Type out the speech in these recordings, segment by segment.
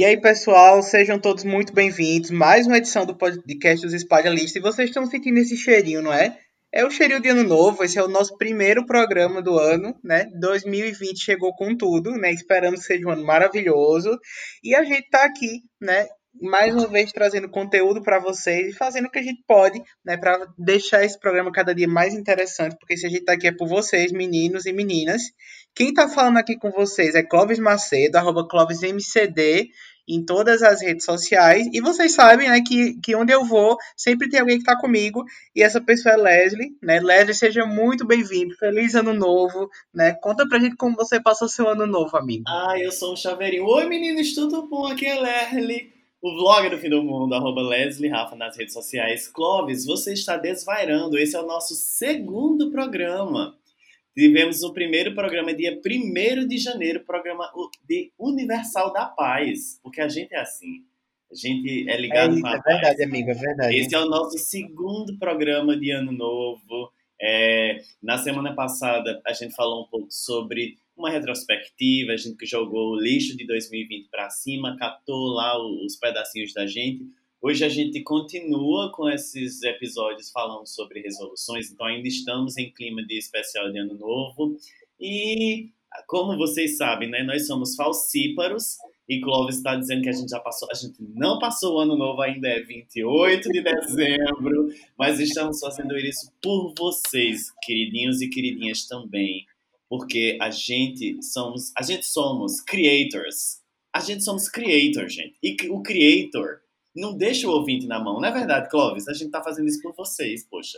E aí, pessoal, sejam todos muito bem-vindos. Mais uma edição do podcast dos Espalhalistas. E vocês estão sentindo esse cheirinho, não é? É o cheirinho de ano novo. Esse é o nosso primeiro programa do ano, né? 2020 chegou com tudo, né? Esperamos que seja um ano maravilhoso. E a gente tá aqui, né? Mais uma vez trazendo conteúdo para vocês e fazendo o que a gente pode, né? Para deixar esse programa cada dia mais interessante. Porque se a gente tá aqui é por vocês, meninos e meninas. Quem tá falando aqui com vocês é Clóvis Macedo, @ClóvisMCD, em todas as redes sociais. E vocês sabem, né, que onde eu vou, sempre tem alguém que está comigo. E essa pessoa é Leslie, né? Leslie, seja muito bem-vindo. Feliz ano novo, né? Conta pra gente como você passou seu ano novo, amigo. Eu sou um chaveirinho. Oi, meninos, tudo bom? Aqui é Leslie, o vlog do fim do mundo, @Leslie Rafa nas redes sociais. Clóvis, você está desvairando. Esse é o nosso segundo programa. Tivemos o primeiro programa dia 1º de janeiro, programa de Universal da Paz, porque a gente é assim, a gente é É ligado com isso, a é paz. verdade, amigo, é verdade. Esse é o nosso segundo programa de Ano Novo. Na semana passada a gente falou um pouco sobre uma retrospectiva, a gente que jogou o lixo de 2020 para cima, catou lá os pedacinhos da gente. Hoje a gente continua com esses episódios falando sobre resoluções, então ainda estamos em clima de especial de Ano Novo. E como vocês sabem, né, nós somos falsíparos. E Clóvis está dizendo que a gente já passou. A gente não passou o ano novo ainda, é 28 de dezembro, mas estamos fazendo isso por vocês, queridinhos e queridinhas também. Porque a gente somos creators. A gente somos creators, gente. E o creator não deixa o ouvinte na mão. Não é verdade, Clóvis? A gente está fazendo isso por vocês, poxa.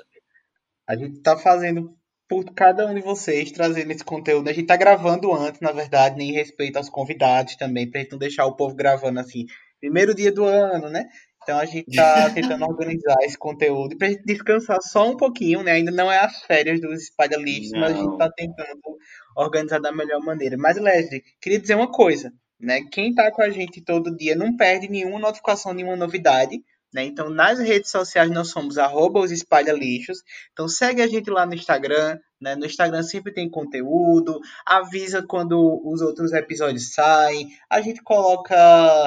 A gente tá fazendo por cada um de vocês, trazendo esse conteúdo. A gente tá gravando antes, na verdade, nem respeito aos convidados também, pra gente não deixar o povo gravando assim, primeiro dia do ano, né? Então a gente tá tentando organizar esse conteúdo e pra gente descansar só um pouquinho, né? Ainda não é as férias dos espalhalistas, mas a gente tá Não. tentando organizar da melhor maneira. Mas, Leslie, queria dizer uma coisa, né? Quem tá com a gente todo dia não perde nenhuma notificação, nenhuma novidade. Né? Então, nas redes sociais nós somos @os espalhalixos. Então segue a gente lá no Instagram, né? No Instagram sempre tem conteúdo, avisa quando os outros episódios saem, a gente coloca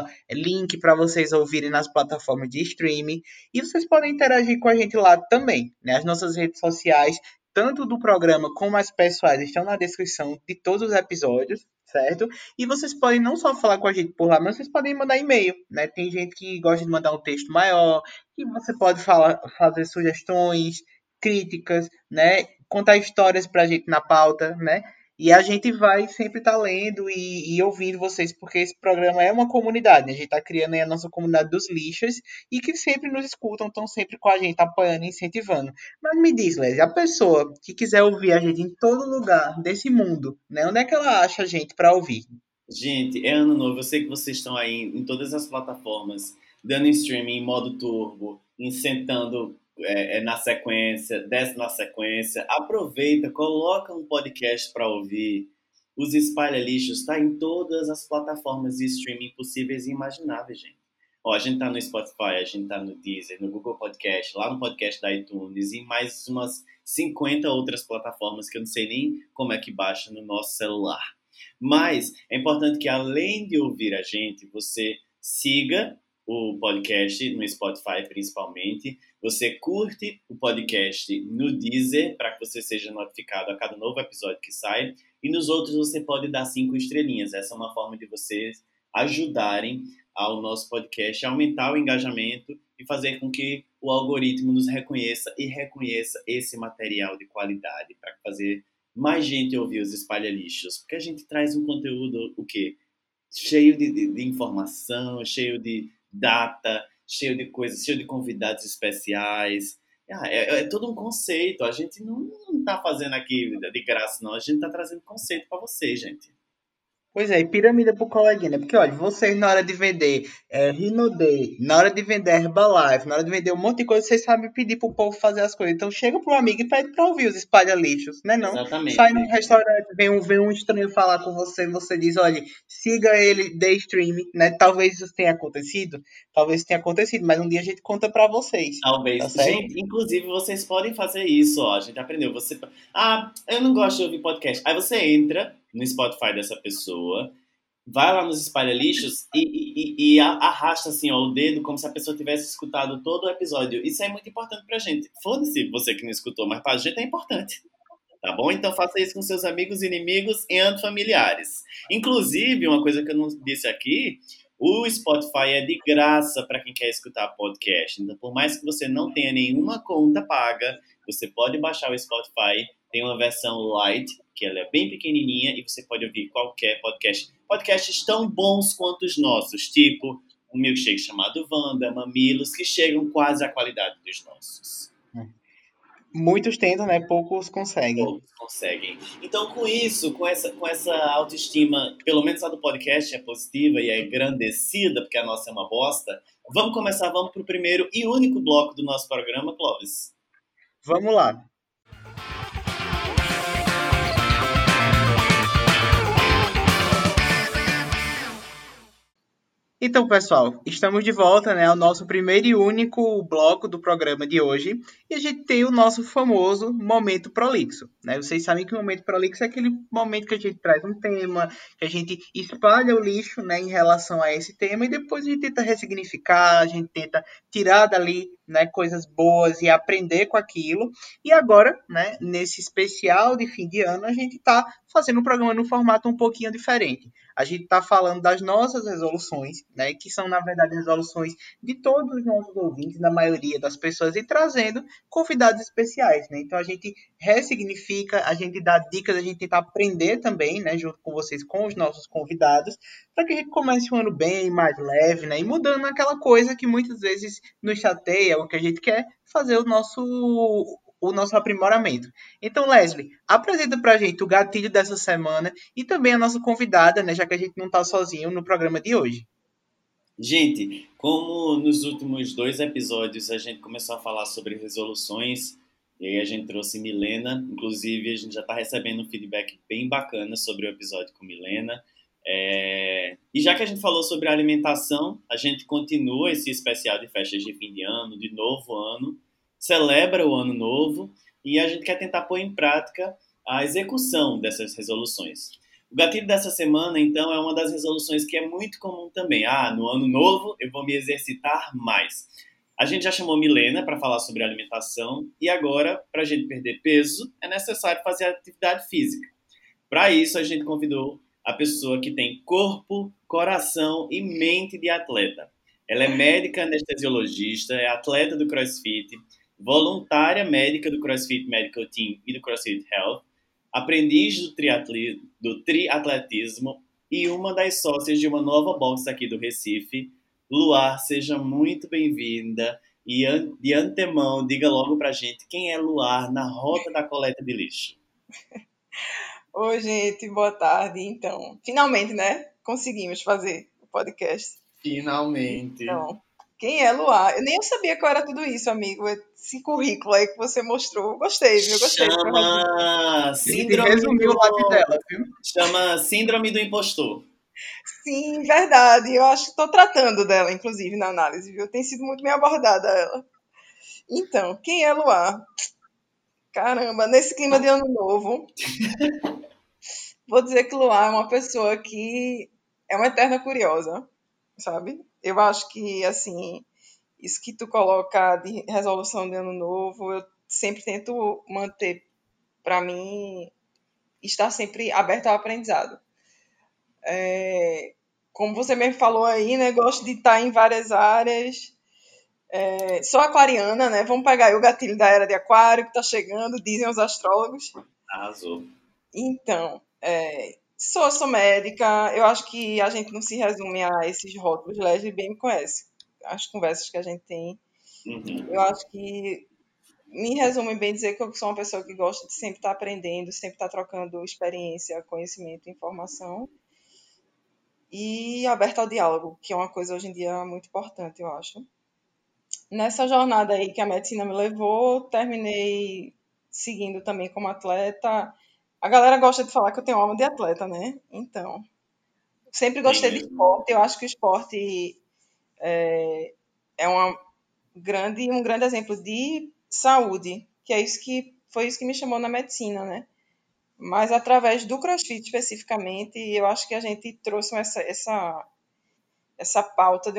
link para vocês ouvirem nas plataformas de streaming e vocês podem interagir com a gente lá também, né? As nossas redes sociais, tanto do programa como as pessoais, estão na descrição de todos os episódios, certo? E vocês podem não só falar com a gente por lá, mas vocês podem mandar e-mail, né? Tem gente que gosta de mandar um texto maior, e você pode falar, fazer sugestões, críticas, né? Contar histórias pra gente na pauta, né? E a gente vai sempre estar lendo e ouvindo vocês, porque esse programa é uma comunidade, né? A gente está criando aí a nossa comunidade dos lixos e que sempre nos escutam, estão sempre com a gente, apoiando e incentivando. Mas me diz, Leslie, a pessoa que quiser ouvir a gente em todo lugar desse mundo, né? Onde é que ela acha a gente para ouvir? Gente, é ano novo. Eu sei que vocês estão aí em todas as plataformas, dando streaming em modo turbo, sentando na sequência, desce na sequência. Aproveita, coloca um podcast para ouvir. Os Espalha Lixos está em todas as plataformas de streaming possíveis e imagináveis, gente. Ó, a gente tá no Spotify, a gente tá no Deezer, no Google Podcast, lá no podcast da iTunes e mais umas 50 outras plataformas que eu não sei nem como é que baixa no nosso celular. Mas é importante que, além de ouvir a gente, você siga o podcast no Spotify, principalmente. Você curte o podcast no Deezer, para que você seja notificado a cada novo episódio que sai. E nos outros você pode dar 5 estrelinhas. Essa é uma forma de vocês ajudarem ao nosso podcast a aumentar o engajamento e fazer com que o algoritmo nos reconheça e reconheça esse material de qualidade para fazer mais gente ouvir os espalha-lixos, porque a gente traz um conteúdo, o quê? Cheio de informação, cheio de data, cheio de coisas, cheio de convidados especiais. É todo um conceito. A gente não tá fazendo aqui de graça, não. A gente tá trazendo conceito para vocês, gente. Pois é, e pirâmide pro coleguinha, né? Porque, olha, vocês na hora de vender Rinodê, na hora de vender Herbalife, na hora de vender um monte de coisa, vocês sabem pedir pro povo fazer as coisas. Então chega pro amigo e pede pra ouvir os espalha-lixos, né não? Sai num Exatamente. restaurante, vem um estranho falar com você, você diz, olha, siga ele, dê streaming, né? Talvez isso tenha acontecido, mas um dia a gente conta pra vocês, tá Talvez. certo? Gente, inclusive vocês podem fazer isso, ó. A gente aprendeu. Eu não gosto de ouvir podcast. Aí você entra no Spotify dessa pessoa, vai lá nos espalha-lixos e arrasta assim, ó, o dedo como se a pessoa tivesse escutado todo o episódio. Isso é muito importante pra gente. Foda-se você que não escutou, mas pra gente é importante. Tá bom? Então faça isso com seus amigos, inimigos e familiares. Inclusive, uma coisa que eu não disse aqui, o Spotify é de graça para quem quer escutar podcast. Então, por mais que você não tenha nenhuma conta paga, você pode baixar o Spotify. Tem uma versão light, que ela é bem pequenininha e você pode ouvir qualquer podcast. Podcasts tão bons quanto os nossos, tipo um milkshake chamado Wanda, Mamilos, que chegam quase à qualidade dos nossos. Muitos tentam, né? Poucos conseguem. Todos conseguem. Então, com isso, com essa autoestima, pelo menos a do podcast é positiva e é engrandecida, porque a nossa é uma bosta, vamos pro primeiro e único bloco do nosso programa, Clóvis. Vamos lá. Então, pessoal, estamos de volta, né, ao nosso primeiro e único bloco do programa de hoje. E a gente tem o nosso famoso Momento Prolixo, né? Vocês sabem que o Momento Prolixo é aquele momento que a gente traz um tema, que a gente espalha o lixo, né, em relação a esse tema, e depois a gente tenta ressignificar, a gente tenta tirar dali, né, coisas boas e aprender com aquilo. E agora, né, nesse especial de fim de ano, a gente está fazendo um programa num formato um pouquinho diferente. A gente está falando das nossas resoluções, né, que são, na verdade, resoluções de todos os nossos ouvintes, da maioria das pessoas, e trazendo convidados especiais. Né? Então, a gente ressignifica, a gente dá dicas, a gente tenta aprender também, né, junto com vocês, com os nossos convidados, para que a gente comece um ano bem, mais leve, né, e mudando aquela coisa que muitas vezes nos chateia, o que a gente quer fazer o nosso aprimoramento. Então, Leslie, apresenta pra gente o gatilho dessa semana e também a nossa convidada, né, já que a gente não está sozinho no programa de hoje. Gente, como nos últimos 2 episódios a gente começou a falar sobre resoluções, e aí a gente trouxe Milena, inclusive a gente já está recebendo um feedback bem bacana sobre o episódio com Milena. E já que a gente falou sobre alimentação, a gente continua esse especial de festas de fim de ano, de novo ano, celebra o ano novo e a gente quer tentar pôr em prática a execução dessas resoluções. O gatilho dessa semana, então, é uma das resoluções que é muito comum também. No ano novo eu vou me exercitar mais. A gente já chamou Milena para falar sobre alimentação e agora, para a gente perder peso, é necessário fazer atividade física. Para isso, a gente convidou a pessoa que tem corpo, coração e mente de atleta. Ela é médica anestesiologista, é atleta do CrossFit, voluntária médica do CrossFit Medical Team e do CrossFit Health, aprendiz do triatletismo e uma das sócias de uma nova box aqui do Recife. Luar, seja muito bem-vinda e de antemão diga logo pra gente quem é Luar na rota da coleta de lixo. Oi, gente, boa tarde. Então, finalmente, né? Conseguimos fazer o podcast. Finalmente. Então, quem é Luar? Eu nem sabia que era tudo isso, amigo. Esse currículo aí que você mostrou. Gostei, viu? Gostei. Chama síndrome resumiu o lápis dela, viu? Chama síndrome do impostor. Sim, verdade. Eu acho que estou tratando dela, inclusive, na análise, viu? Tem sido muito bem abordada ela. Então, quem é Luar? Caramba, nesse clima de ano novo, vou dizer que Luar é uma pessoa que é uma eterna curiosa, sabe? Eu acho que, assim, isso que tu coloca de resolução de ano novo, eu sempre tento manter, para mim, estar sempre aberto ao aprendizado. Como você mesmo falou aí, né? Gosto de estar em várias áreas. Sou aquariana, né? Vamos pegar aí o gatilho da era de aquário que está chegando, dizem os astrólogos. Arrasou. Então, sou médica. Eu acho que a gente não se resume a esses rótulos. Leslie bem me conhece. As conversas que a gente tem. Eu acho que me resume bem dizer que eu sou uma pessoa que gosta de sempre estar aprendendo, sempre estar trocando experiência, conhecimento, informação e aberta ao diálogo, que é uma coisa hoje em dia muito importante, eu acho. Nessa jornada aí que a medicina me levou, terminei seguindo também como atleta. A galera gosta de falar que eu tenho alma de atleta, né? Então, sempre gostei de esporte. Eu acho que o esporte é um grande exemplo de saúde, que é isso que foi isso que me chamou na medicina, né? Mas através do CrossFit especificamente, eu acho que a gente trouxe essa pauta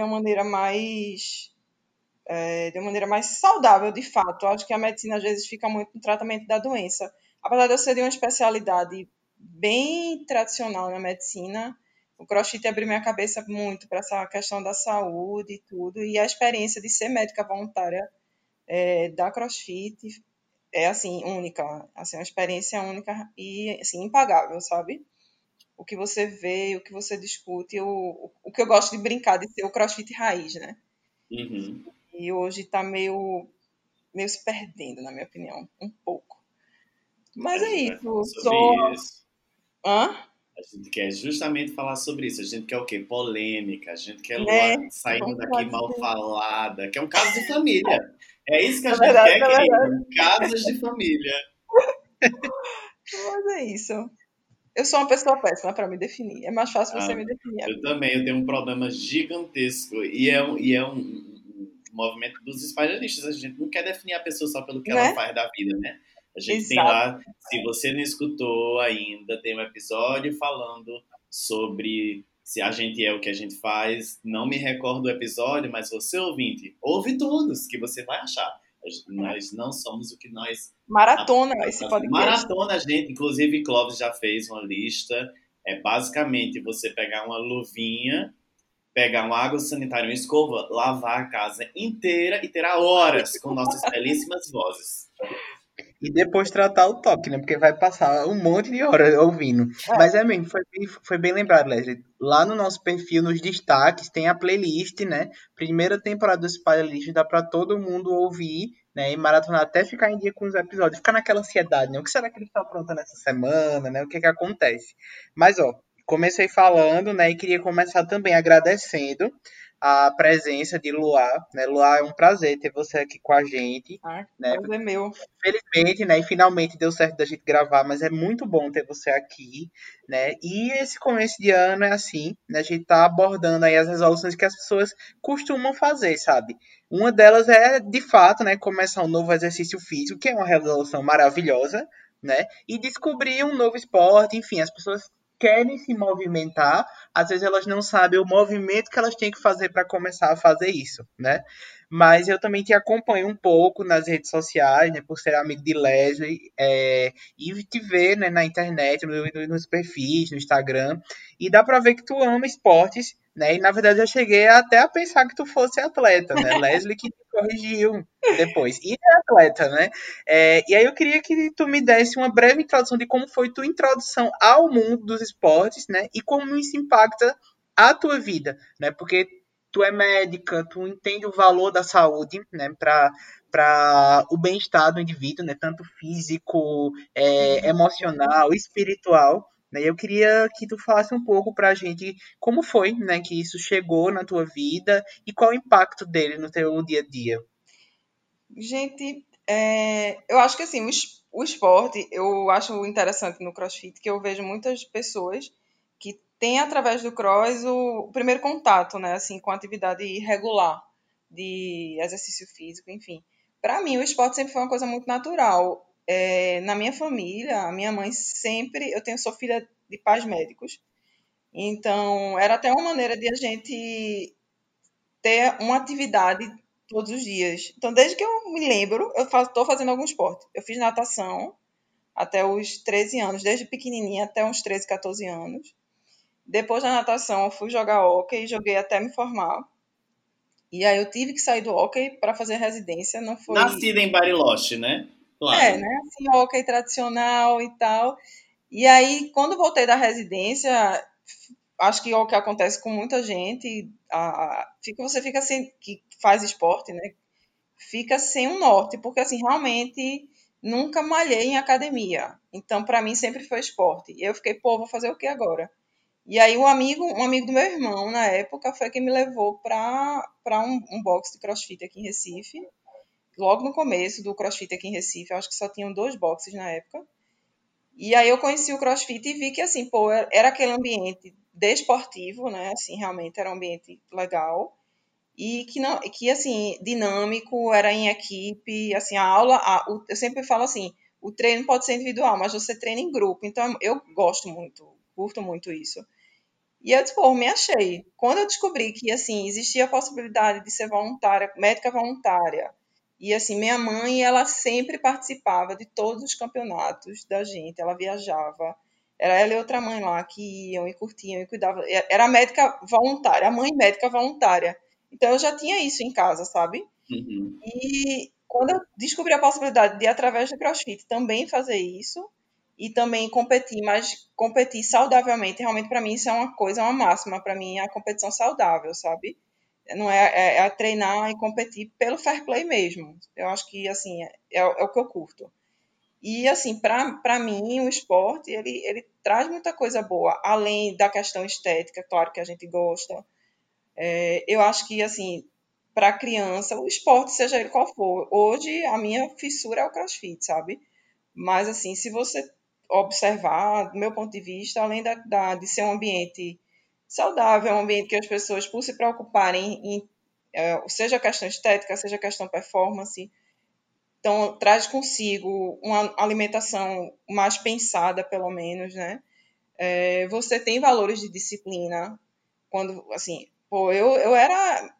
de uma maneira mais saudável, de fato. Eu acho que a medicina às vezes fica muito no tratamento da doença. Apesar de eu ser de uma especialidade bem tradicional na medicina, o CrossFit abriu minha cabeça muito para essa questão da saúde e tudo. E a experiência de ser médica voluntária da CrossFit é, assim, única. Assim, uma experiência única e, assim, impagável, sabe? O que você vê, o que você discute, o que eu gosto de brincar, de ser o CrossFit raiz, né? Uhum. E hoje está meio se perdendo, na minha opinião, um pouco. Mas A é gente vai falar isso. sobre isso. Hã? A gente quer justamente falar sobre isso. A gente quer o quê? Polêmica. A gente quer Né? Lua saindo Vamos falar daqui mal disso. falada. Que é um caso de família. É isso que a Na gente verdade, quer, na verdade. querido. Casos de família. Mas é isso. Eu sou uma pessoa péssima para me definir. É mais fácil você Ah, me definir a eu mim. também. Eu tenho um problema gigantesco. E é um movimento dos especialistas. A gente não quer definir a pessoa só pelo que ela Né? faz da vida, né? A gente tem Exato. lá, se você não escutou ainda, tem um episódio falando sobre se a gente é o que a gente faz. Não me recordo do episódio, mas você, ouvinte, ouve todos, que você vai achar. Nós não somos o que nós... Maratona esse podcast. Maratona, a gente, inclusive Clóvis já fez uma lista. É basicamente você pegar uma luvinha, pegar uma água sanitária, uma escova, lavar a casa inteira e terá horas com nossas belíssimas vozes. E depois tratar o toque, né? Porque vai passar um monte de hora ouvindo. Mas é mesmo, foi bem lembrado, Leslie. Lá no nosso perfil, nos destaques, tem a playlist, né? Primeira temporada do Spoiler dá pra todo mundo ouvir, né? E maratonar até ficar em dia com os episódios. Ficar naquela ansiedade, né? O que será que ele está aprontando essa semana, né? O que é que acontece? Mas, ó, comecei falando, né? E queria começar também agradecendo a presença de Luar, né? Luar, é um prazer ter você aqui com a gente, Ah, né? prazer é meu. Felizmente, né? E finalmente deu certo da gente gravar, mas é muito bom ter você aqui, né? E esse começo de ano é assim, né? A gente tá abordando aí as resoluções que as pessoas costumam fazer, sabe? Uma delas é, de fato, né? Começar um novo exercício físico, que é uma resolução maravilhosa, né? E descobrir um novo esporte, enfim, as pessoas querem se movimentar, às vezes elas não sabem o movimento que elas têm que fazer para começar a fazer isso, né? Mas eu também te acompanho um pouco nas redes sociais, né, por ser amigo de Leslie, e te ver, né, na internet, nos perfis, no Instagram, e dá pra ver que tu ama esportes, né, e na verdade eu cheguei até a pensar que tu fosse atleta, né, Leslie que te corrigiu depois, e é atleta, né, e aí eu queria que tu me desse uma breve introdução de como foi tua introdução ao mundo dos esportes, né, e como isso impacta a tua vida, né, porque tu é médica, tu entende o valor da saúde, né, para o bem-estar do indivíduo, né, tanto físico, emocional, espiritual. Né, eu queria que tu falasse um pouco para a gente como foi, né, que isso chegou na tua vida e qual o impacto dele no teu dia a dia. Gente, eu acho que assim, o esporte, eu acho interessante no CrossFit que eu vejo muitas pessoas que têm através do cross o primeiro contato, né, assim, com a atividade regular de exercício físico, enfim. Para mim, o esporte sempre foi uma coisa muito natural. Na minha família, a minha mãe sempre, sou filha de pais médicos, então era até uma maneira de a gente ter uma atividade todos os dias. Então, desde que eu me lembro, eu estou fazendo algum esporte. Eu fiz natação até os 13 anos, desde pequenininha até uns 13, 14 anos. Depois da natação, eu fui jogar hóquei, joguei até me formar. E aí eu tive que sair do hóquei para fazer residência, não foi... Nascida em Bariloche, né? Né, Claro. assim, hóquei tradicional e tal. E aí, quando voltei da residência, acho que é o que acontece com muita gente, você fica sem, que faz esporte, né? Fica sem um norte, porque assim, realmente nunca malhei em academia. Então, para mim sempre foi esporte. E eu fiquei, pô, vou fazer o que agora? E aí um amigo do meu irmão na época foi quem me levou para um box de CrossFit aqui em Recife. Logo no começo do CrossFit aqui em Recife, eu acho que só tinham 2 boxes na época. E aí eu conheci o CrossFit e vi que assim, pô, era aquele ambiente desportivo, né? Assim, realmente era um ambiente legal e que não, que assim, dinâmico, era em equipe, assim, eu sempre falo assim, o treino pode ser individual, mas você treina em grupo. Então, eu gosto muito, curto muito isso. E eu, tipo, me achei. Quando eu descobri que, assim, existia a possibilidade de ser voluntária, médica voluntária, e, assim, minha mãe, ela sempre participava de todos os campeonatos da gente, ela viajava. Era ela e outra mãe lá que iam e curtiam e cuidavam. Era médica voluntária, a mãe médica voluntária. Então, eu já tinha isso em casa, sabe? Uhum. E quando eu descobri a possibilidade de, através do CrossFit, também fazer isso e também competir, mas competir saudavelmente, realmente para mim isso é uma coisa, uma máxima para mim, é a competição saudável, sabe? Não é treinar e competir pelo fair play mesmo. Eu acho que assim é o que eu curto. E assim, para mim o esporte ele traz muita coisa boa, além da questão estética, claro que a gente gosta. Eu acho que assim, para a criança, o esporte, seja ele qual for. Hoje, a minha fissura é o CrossFit, sabe? Mas, assim, se você observar, do meu ponto de vista, além de ser um ambiente saudável, um ambiente que as pessoas, por se preocuparem seja questão estética, seja questão performance, então traz consigo uma alimentação mais pensada, pelo menos, né? Você tem valores de disciplina, quando, assim, pô, eu era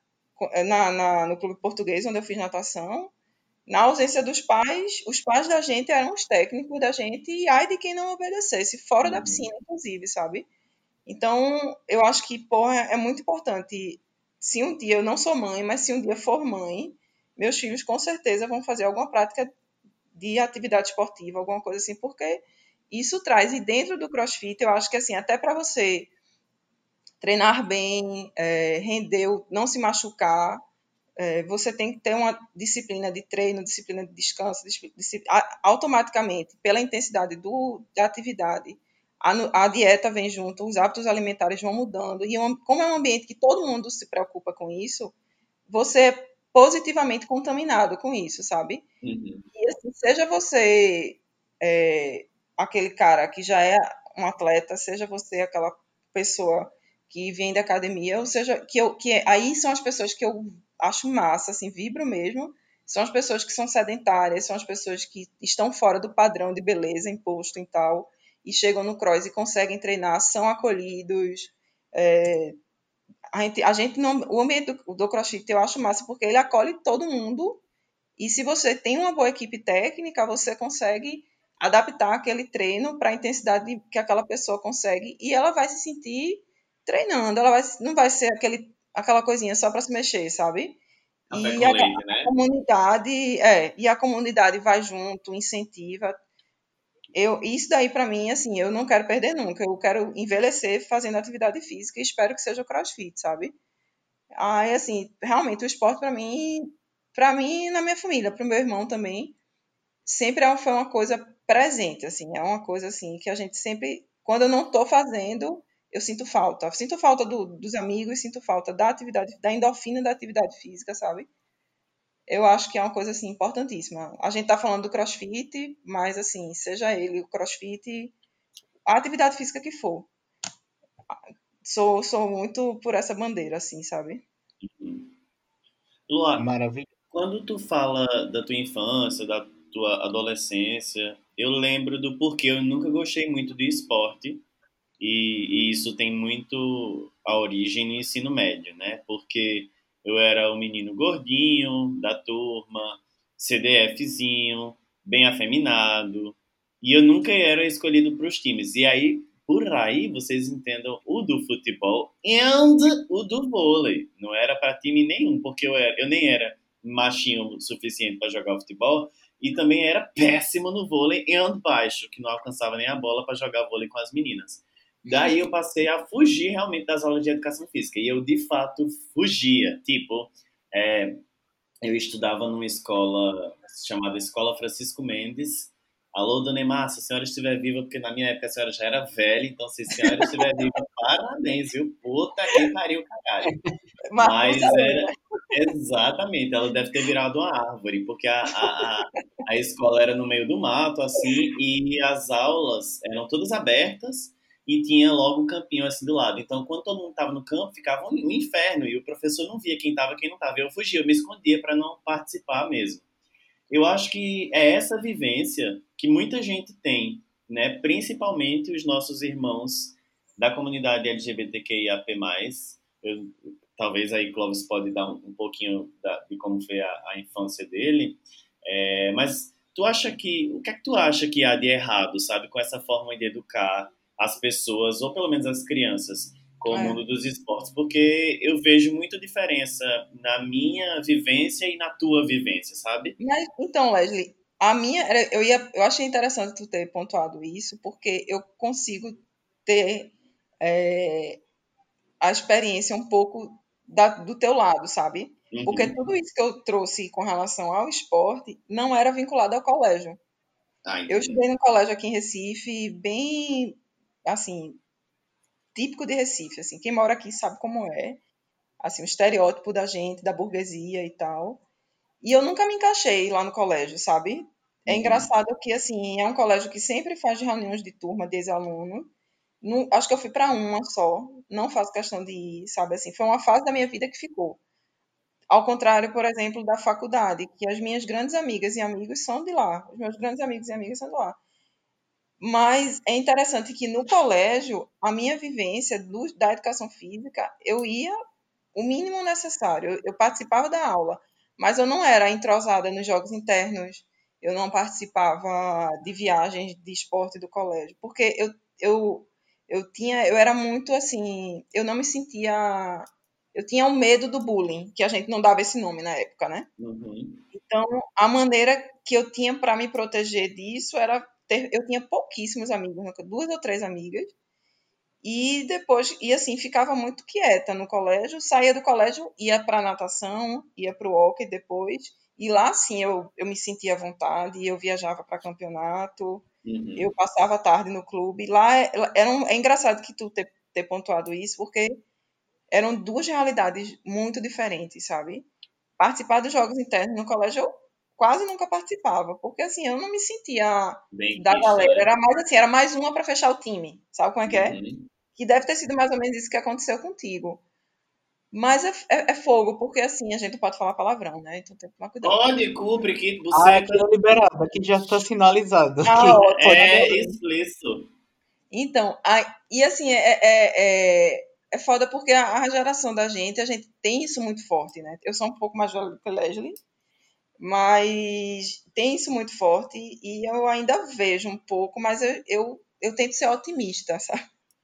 no clube português, onde eu fiz natação, na ausência dos pais, os pais da gente eram os técnicos da gente, e ai de quem não obedecesse, fora da Uhum. piscina, inclusive, sabe? Então, eu acho que, pô, é muito importante. Se um dia eu não sou mãe, mas se um dia for mãe, meus filhos com certeza vão fazer alguma prática de atividade esportiva, alguma coisa assim, porque isso traz, e dentro do CrossFit, eu acho que, assim, até para você treinar bem, render, não se machucar, você tem que ter uma disciplina de treino, disciplina de descanso, automaticamente, pela intensidade da atividade, a dieta vem junto, os hábitos alimentares vão mudando, e como é um ambiente que todo mundo se preocupa com isso, você é positivamente contaminado com isso, sabe? Uhum. E assim, seja você aquele cara que já é um atleta, seja você aquela pessoa que vem da academia, ou seja, aí são as pessoas que eu acho massa, assim, vibro mesmo, são as pessoas que são sedentárias, são as pessoas que estão fora do padrão de beleza imposto e tal, e chegam no cross e conseguem treinar, são acolhidos. A gente não, o ambiente do CrossFit eu acho massa porque ele acolhe todo mundo e se você tem uma boa equipe técnica, você consegue adaptar aquele treino para a intensidade que aquela pessoa consegue e ela vai se sentir treinando. Não vai ser aquela coisinha só para se mexer, sabe? Café E com a leite, né? comunidade vai junto, incentiva. Isso daí para mim, assim, eu não quero perder nunca. Eu quero envelhecer fazendo atividade física e espero que seja o CrossFit, sabe? Aí, assim, realmente o esporte para mim e na minha família, para o meu irmão também, sempre foi uma coisa presente, assim, é uma coisa assim que a gente sempre, quando eu não estou fazendo, eu sinto falta. Sinto falta dos amigos, sinto falta da atividade, da endorfina da atividade física, sabe? Eu acho que é uma coisa assim importantíssima. A gente está falando do CrossFit, mas assim, seja ele o CrossFit, a atividade física que for. Sou muito por essa bandeira, assim, sabe? Lua, Maravilha. quando tu fala da tua infância, da tua adolescência, eu lembro do porquê eu nunca gostei muito de esporte e isso tem muito a origem no ensino médio, né? Porque eu era o menino gordinho da turma, CDFzinho, bem afeminado, e eu nunca era escolhido para os times. E aí, por aí, vocês entendam o do futebol e o do vôlei. Não era para time nenhum, porque eu nem era machinho o suficiente para jogar futebol e também era péssimo no vôlei e baixo, que não alcançava nem a bola para jogar vôlei com as meninas. Daí eu passei a fugir realmente das aulas de educação física. E eu, de fato, fugia. Tipo, é, eu estudava numa escola chamada Escola Francisco Mendes. Alô, dona Emar, se a senhora estiver viva, porque na minha época a senhora já era velha, então se a senhora estiver viva, parabéns, viu? Puta que pariu, caralho. Mas Matusalém, era exatamente, ela deve ter virado uma árvore, porque a escola era no meio do mato, assim, e as aulas eram todas abertas e tinha logo um campinho assim do lado. Então, quando todo mundo estava no campo, ficava um inferno e o professor não via quem estava e quem não estava. Eu fugia, eu me escondia para não participar mesmo. Eu acho que é essa vivência que muita gente tem, né? Principalmente os nossos irmãos da comunidade LGBTQIAP+. Eu, talvez aí Clóvis pode dar um pouquinho de como foi a infância dele. Mas tu acha o que é que tu acha que há de errado, sabe, com essa forma de educar as pessoas, ou pelo menos as crianças, com o mundo dos esportes? Porque eu vejo muita diferença na minha vivência e na tua vivência, sabe? Mas, então, Leslie, eu achei interessante tu ter pontuado isso, porque eu consigo ter a experiência um pouco do teu lado, sabe? Porque Uhum. tudo isso que eu trouxe com relação ao esporte não era vinculado ao colégio. Ah, Eu entendi. estudei num colégio aqui em Recife, bem, assim, típico de Recife, assim. Quem mora aqui sabe como é, assim, o estereótipo da gente, da burguesia e tal. E eu nunca me encaixei lá no colégio, sabe? É Uhum. engraçado que, assim, é um colégio que sempre faz reuniões de turma de ex-aluno. Acho que eu fui para uma só, não faço questão de ir, sabe? Assim, foi uma fase da minha vida que ficou. Ao contrário, por exemplo, da faculdade, que as minhas grandes amigas e amigos são de lá. Os meus grandes amigos e amigas são de lá. Mas é interessante que no colégio, a minha vivência da educação física, eu ia o mínimo necessário. Eu participava da aula, mas eu não era entrosada nos jogos internos, eu não participava de viagens de esporte do colégio, porque eu era muito assim, eu não me sentia, eu tinha o medo do bullying, que a gente não dava esse nome na época, né? Uhum. Então, a maneira que eu tinha para me proteger disso era eu tinha pouquíssimos amigos, duas ou três amigas, e depois, e assim, ficava muito quieta no colégio, saía do colégio, ia para natação, ia para o hóquei depois, e lá sim eu me sentia à vontade, eu viajava para campeonato, eu Uhum. passava a tarde no clube. Lá é engraçado que tu ter pontuado isso, porque eram duas realidades muito diferentes, sabe? Participar dos jogos internos no colégio eu quase nunca participava, porque assim, eu não me sentia Bem da vista, galera, né? era mais assim, era mais uma para fechar o time, sabe como é que é? Uhum. Que deve ter sido mais ou menos isso que aconteceu contigo. Mas é fogo, porque assim, a gente não pode falar palavrão, né? Então tem que tomar cuidado. Pode, cumpre, que Ah, buceta. aqui é liberado, aqui já está sinalizado. Ah, Aqui, pode ótimo. É dizer. isso. Então, e assim, é foda porque a geração da gente, a gente tem isso muito forte, né? Eu sou um pouco mais velha do que Leslie, mas tem isso muito forte e eu ainda vejo um pouco, mas eu tento ser otimista, sabe?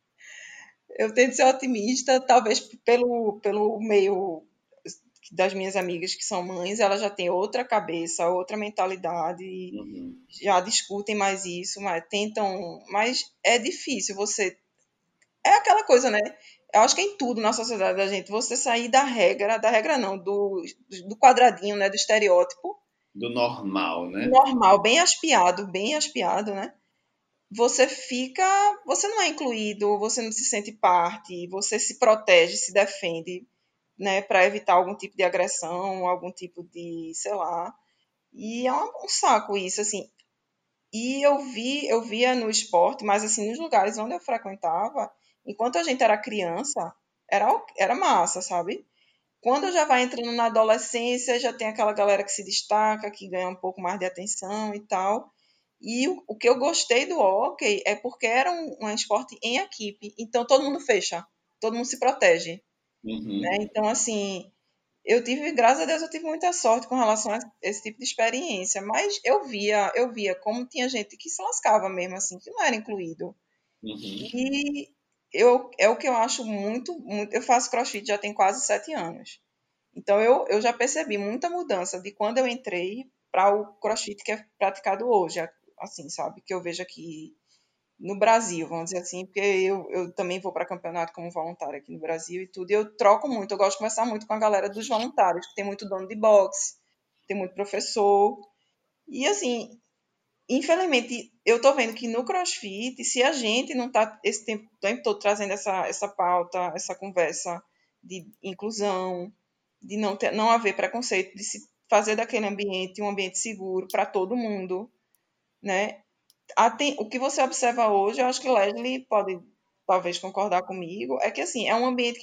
Eu tento ser otimista, talvez pelo meio das minhas amigas que são mães, elas já têm outra cabeça, outra mentalidade, Uhum. já discutem mais isso, mas tentam, mas é difícil você, é aquela coisa, né? Eu acho que é em tudo na sociedade da gente, você sair da regra não, do quadradinho, né, do estereótipo, Do normal, né? normal, bem aspiado, né? Você fica, você não é incluído, você não se sente parte, você se protege, se defende, né, para evitar algum tipo de agressão, algum tipo de, sei lá. E é um saco isso, assim. E eu via no esporte, mas assim, nos lugares onde eu frequentava, enquanto a gente era criança, era massa, sabe? Quando já vai entrando na adolescência, já tem aquela galera que se destaca, que ganha um pouco mais de atenção e tal. E o que eu gostei do hóquei é porque era um esporte em equipe, então todo mundo fecha, todo mundo se protege, né? Uhum. Então, assim, graças a Deus, eu tive muita sorte com relação a esse tipo de experiência, mas eu via como tinha gente que se lascava mesmo, assim, que não era incluído. Uhum. E é o que eu acho muito. Eu faço crossfit já tem quase 7 anos. Então, eu já percebi muita mudança de quando eu entrei para o crossfit que é praticado hoje, assim, sabe? Que eu vejo aqui no Brasil, vamos dizer assim, porque eu também vou para campeonato como voluntária aqui no Brasil e tudo, e eu troco muito, eu gosto de conversar muito com a galera dos voluntários, que tem muito dono de boxe, tem muito professor, e assim, infelizmente, eu tô vendo que no CrossFit, se a gente não tá esse tempo todo trazendo essa pauta, essa conversa de inclusão, de não haver preconceito, de se fazer daquele ambiente um ambiente seguro para todo mundo, né? O que você observa hoje, eu acho que Leslie pode talvez concordar comigo, é que assim, é um ambiente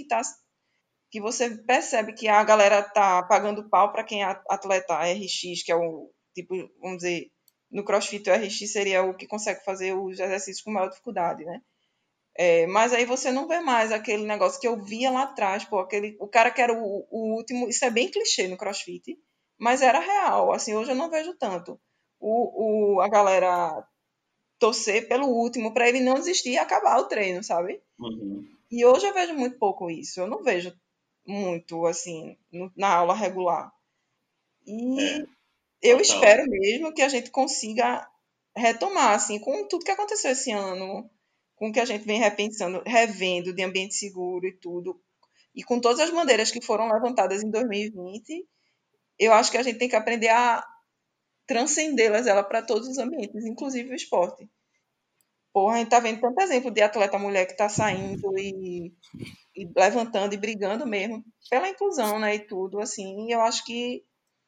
que você percebe que a galera tá pagando pau para quem é atleta RX, que é tipo, vamos dizer, no CrossFit o RX seria o que consegue fazer os exercícios com maior dificuldade, né? Mas aí você não vê mais aquele negócio que eu via lá atrás, pô, o cara que era o último, isso é bem clichê no CrossFit, mas era real, assim, hoje eu não vejo tanto. A galera torcer pelo último para ele não desistir e acabar o treino, sabe? Uhum. E hoje eu vejo muito pouco isso, eu não vejo muito, assim, na aula regular. E eu Total. espero mesmo que a gente consiga retomar, assim, com tudo que aconteceu esse ano, com o que a gente vem repensando, revendo de ambiente seguro e tudo, e com todas as bandeiras que foram levantadas em 2020, eu acho que a gente tem que aprender a transcendê-las ela para todos os ambientes, inclusive o esporte. Porra, a gente tá vendo tanto exemplo de atleta mulher que tá saindo e levantando e brigando mesmo pela inclusão, né, e tudo, assim, e eu acho que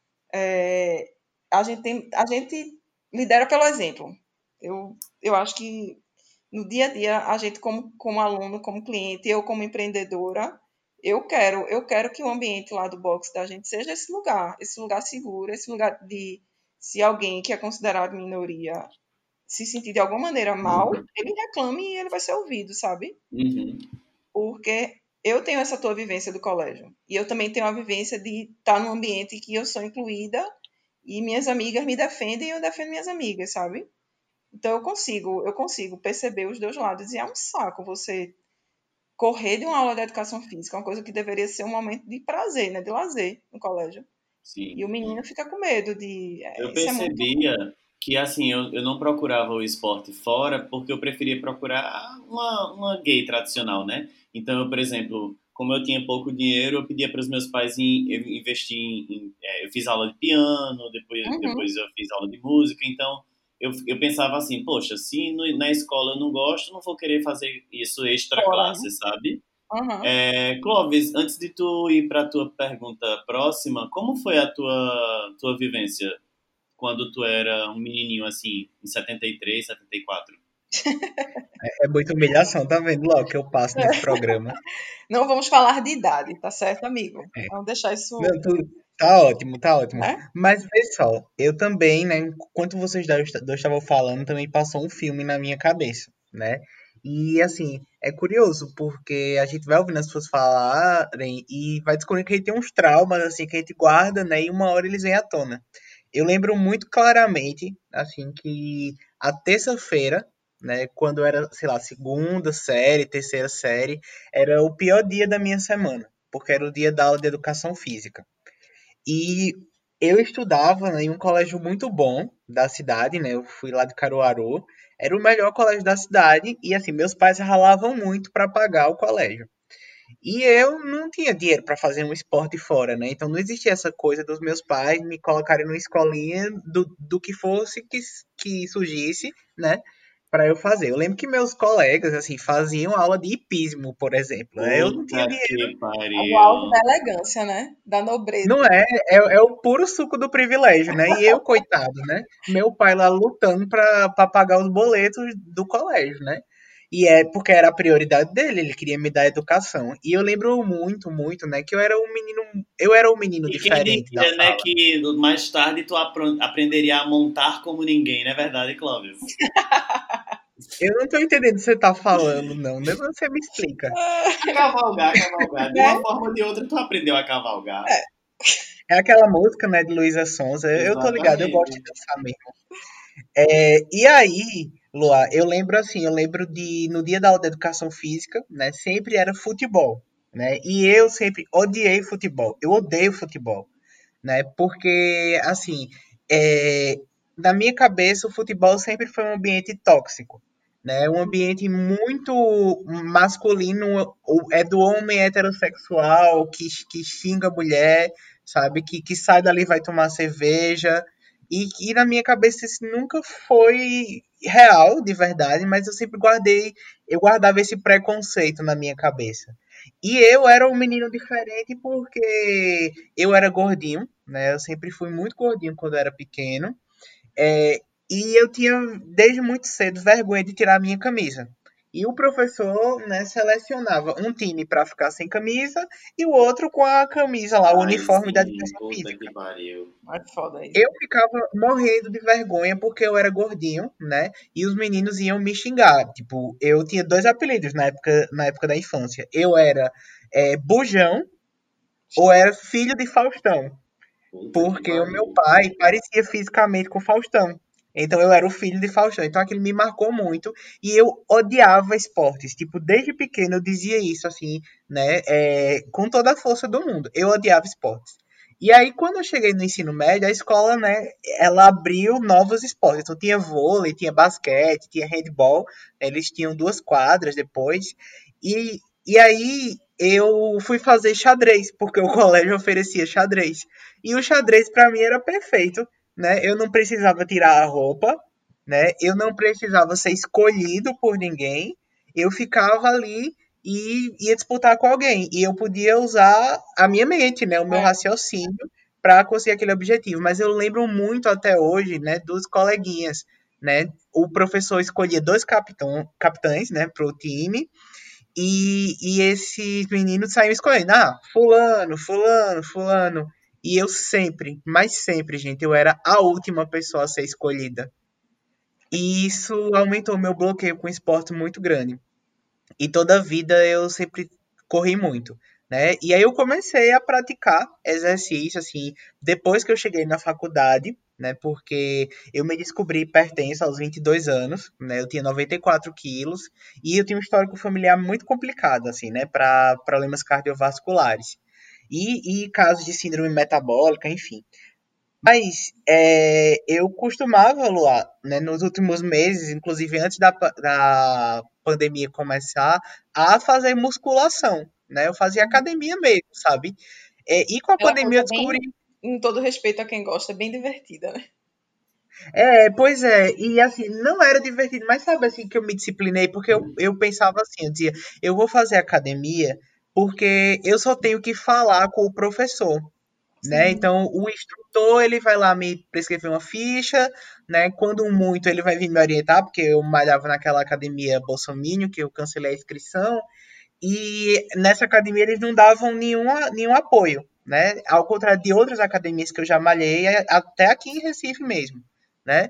a gente lidera pelo exemplo. Eu acho que no dia a dia, a gente como aluno, como cliente, eu como empreendedora, eu quero que o ambiente lá do box da gente seja esse lugar seguro, esse lugar de se alguém que é considerado minoria se sentir de alguma maneira mal, ele reclame e ele vai ser ouvido, sabe? Uhum. Porque eu tenho essa tua vivência do colégio e eu também tenho a vivência de estar num ambiente que eu sou incluída e minhas amigas me defendem e eu defendo minhas amigas, sabe? Então eu consigo perceber os dois lados e é um saco você correr de uma aula de educação física, uma coisa que deveria ser um momento de prazer, né, de lazer no colégio. E o Sim. menino fica com medo de, Eu isso é muito percebia que, assim, eu não procurava o esporte fora porque eu preferia procurar uma gay tradicional, né? Então, eu, por exemplo, como eu tinha pouco dinheiro, eu pedia para os meus pais eu investir eu fiz aula de piano, uhum, depois eu fiz aula de música, então eu pensava assim, poxa, se na escola eu não gosto, não vou querer fazer isso extra fora, né? classe, sabe? Uhum. Clóvis, antes de tu ir para a tua pergunta próxima, como foi a tua vivência quando tu era um menininho assim, em 73, 74? É muita humilhação, tá vendo logo que eu passo nesse programa. Não vamos falar de idade, tá certo, amigo? É. Vamos deixar isso, Não, tá ótimo, tá ótimo. né? Mas, pessoal, eu também, né, enquanto vocês dois estavam falando, também passou um filme na minha cabeça, né? E, assim, é curioso, porque a gente vai ouvindo as pessoas falarem e vai descobrindo que a gente tem uns traumas, assim, que a gente guarda, né, e uma hora eles vêm à tona. Eu lembro muito claramente, assim, que a terça-feira, né, quando eu era, sei lá, segunda série, terceira série, era o pior dia da minha semana, porque era o dia da aula de educação física. E eu estudava, né, em um colégio muito bom da cidade, né? Eu fui lá de Caruaru. Era o melhor colégio da cidade e assim, meus pais ralavam muito para pagar o colégio. E eu não tinha dinheiro para fazer um esporte fora, né? Então não existia essa coisa dos meus pais me colocarem numa escolinha do que fosse que surgisse, né? Para eu fazer. Eu lembro que meus colegas, assim, faziam aula de hipismo, por exemplo, né? Eu não tinha Puta dinheiro. que O auge da pariu. elegância, né? Da nobreza. Não é o puro suco do privilégio, né? E eu, coitado, né? Meu pai lá lutando pra pagar os boletos do colégio, né? E é porque era a prioridade dele, ele queria me dar educação. E eu lembro muito, muito, né, que eu era o menino E quem diferente da diria, né, sala. que mais tarde tu aprenderia a montar como ninguém, não é verdade, Clóvis? Eu não tô entendendo o que você tá falando, não, né? Você me explica. A cavalgar, cavalgar. De Né? uma forma ou de outra, tu aprendeu a cavalgar. É aquela música, né, de Luísa Sonza. Eu tô ligado, eu gosto de Exatamente. dançar mesmo. E aí, Lua, eu lembro assim, eu lembro de no dia da aula de educação física, né, sempre era futebol, né? E eu sempre odiei futebol. Eu odeio futebol, né? Porque assim, é, na minha cabeça o futebol sempre foi um ambiente tóxico, né? Um ambiente muito masculino, é do homem heterossexual que xinga a mulher, sabe? Que sai dali e vai tomar cerveja. E na minha cabeça isso nunca foi real, de verdade, mas eu guardava esse preconceito na minha cabeça. E eu era um menino diferente porque eu era gordinho, né? Eu sempre fui muito gordinho quando eu era pequeno. É, e eu tinha, desde muito cedo, vergonha de tirar a minha camisa. E o professor, né, selecionava um time para ficar sem camisa e o outro com a camisa lá, o Ai, uniforme da sim, educação puta que física. pariu. Mas foda isso. Eu ficava morrendo de vergonha porque eu era gordinho, né? E os meninos iam me xingar. Tipo, eu tinha dois apelidos na época da infância. Eu era Bujão ou era filho de Faustão. Puta que Porque o meu pariu. pai parecia fisicamente com Faustão. Então eu era o filho de Faustão. Então aquilo me marcou muito. E eu odiava esportes. Tipo, desde pequeno eu dizia isso, assim, né? Com toda a força do mundo. Eu odiava esportes. E aí, quando eu cheguei no ensino médio, a escola, né, ela abriu novos esportes. Então tinha vôlei, tinha basquete, tinha handball. Eles tinham 2 quadras depois. E aí eu fui fazer xadrez, porque o colégio oferecia xadrez. E o xadrez para mim era perfeito, né? Eu não precisava tirar a roupa, né? Eu não precisava ser escolhido por ninguém. Eu ficava ali e ia disputar com alguém. E eu podia usar a minha mente, né? O meu É, raciocínio para conseguir aquele objetivo. Mas eu lembro muito até hoje, né? Dos coleguinhas, né? O professor escolhia 2 capitães, né? Para o time e esses meninos saíam escolhendo, fulano, fulano, fulano. E eu sempre, mas sempre, gente, eu era a última pessoa a ser escolhida. E isso aumentou meu bloqueio com esporte muito grande. E toda a vida eu sempre corri muito, né? E aí eu comecei a praticar exercício, assim, depois que eu cheguei na faculdade, né? Porque eu me descobri hipertenso aos 22 anos, né? Eu tinha 94 quilos e eu tinha um histórico familiar muito complicado, assim, né? Para problemas cardiovasculares. E casos de síndrome metabólica, enfim. Mas eu costumava, Luar, né, nos últimos meses, inclusive antes da pandemia começar, a fazer musculação, né? Eu fazia academia mesmo, sabe? E com a aquela pandemia coisa eu descobri. bem, em todo respeito a quem gosta, bem divertida, né? Pois é, e assim, não era divertido, mas sabe assim que eu me disciplinei, porque eu pensava assim, eu dizia, eu vou fazer academia porque eu só tenho que falar com o professor. Né? Sim. Então, o instrutor ele vai lá me prescrever uma ficha, né? Quando muito ele vai vir me orientar, porque eu malhava naquela academia Bolsominion, que eu cancelei a inscrição, e nessa academia eles não davam nenhum apoio, né? Ao contrário de outras academias que eu já malhei, até aqui em Recife mesmo, né?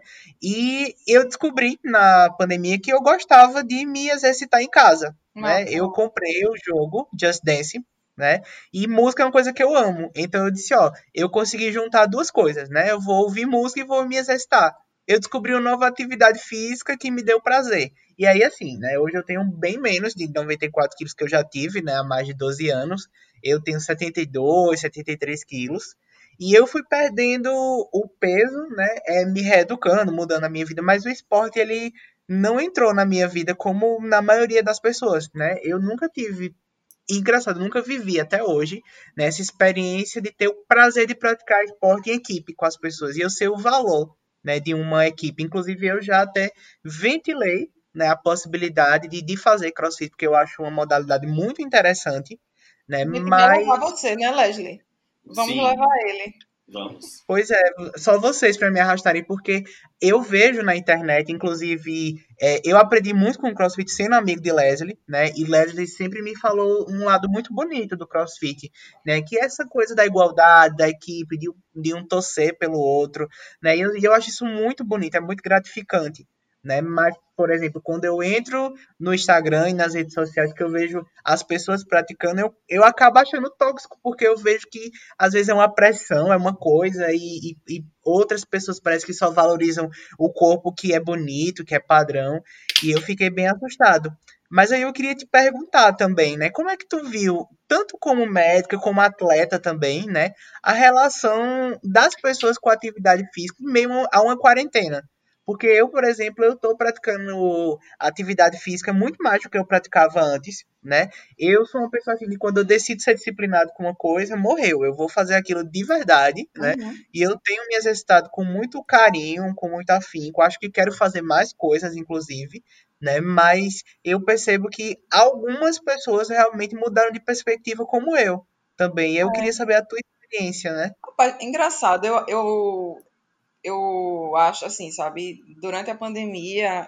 E eu descobri na pandemia que eu gostava de me exercitar em casa, né? Massa. Eu comprei o jogo Just Dance, né? E música é uma coisa que eu amo. Então eu disse, ó, eu consegui juntar duas coisas, né? Eu vou ouvir música e vou me exercitar. Eu descobri uma nova atividade física que me deu prazer. E aí, assim, né? Hoje eu tenho bem menos de 94 quilos que eu já tive, né? Há mais de 12 anos. Eu tenho 72, 73 quilos. E eu fui perdendo o peso, né? Me reeducando, mudando a minha vida. Mas o esporte, ele não entrou na minha vida como na maioria das pessoas, né? Eu nunca tive. Engraçado, nunca vivi até hoje nessa experiência de ter o prazer de praticar esporte em equipe com as pessoas. E eu sei o valor, né, de uma equipe. Inclusive, eu já até ventilei, né, a possibilidade de fazer CrossFit, porque eu acho uma modalidade muito interessante, né? A gente vai levar Mas você, né, Leslie? Vamos levar Sim, ele. vamos. pois é, só vocês para me arrastarem, porque eu vejo na internet, inclusive, eu aprendi muito com o CrossFit sendo amigo de Leslie, né? E Leslie sempre me falou um lado muito bonito do CrossFit, né? Que é essa coisa da igualdade, da equipe, de um torcer pelo outro, né? E eu acho isso muito bonito, é muito gratificante, né? Mas, por exemplo, quando eu entro no Instagram e nas redes sociais que eu vejo as pessoas praticando, eu acabo achando tóxico, porque eu vejo que às vezes é uma pressão, é uma coisa, e outras pessoas parece que só valorizam o corpo que é bonito, que é padrão, e eu fiquei bem assustado. Mas aí eu queria te perguntar também, né? Como é que tu viu, tanto como médica como atleta também, né? A relação das pessoas com a atividade física, mesmo a uma quarentena. Porque eu, por exemplo, eu estou praticando atividade física muito mais do que eu praticava antes, né? Eu sou uma pessoa assim, que quando eu decido ser disciplinado com uma coisa, morreu. Eu vou fazer aquilo de verdade, né? Uhum. E eu tenho me exercitado com muito carinho, com muito afinco. Acho que quero fazer mais coisas, inclusive, né? Mas eu percebo que algumas pessoas realmente mudaram de perspectiva, como eu também. Eu queria saber a tua experiência, né? Rapaz, engraçado, eu acho assim, sabe? Durante a pandemia,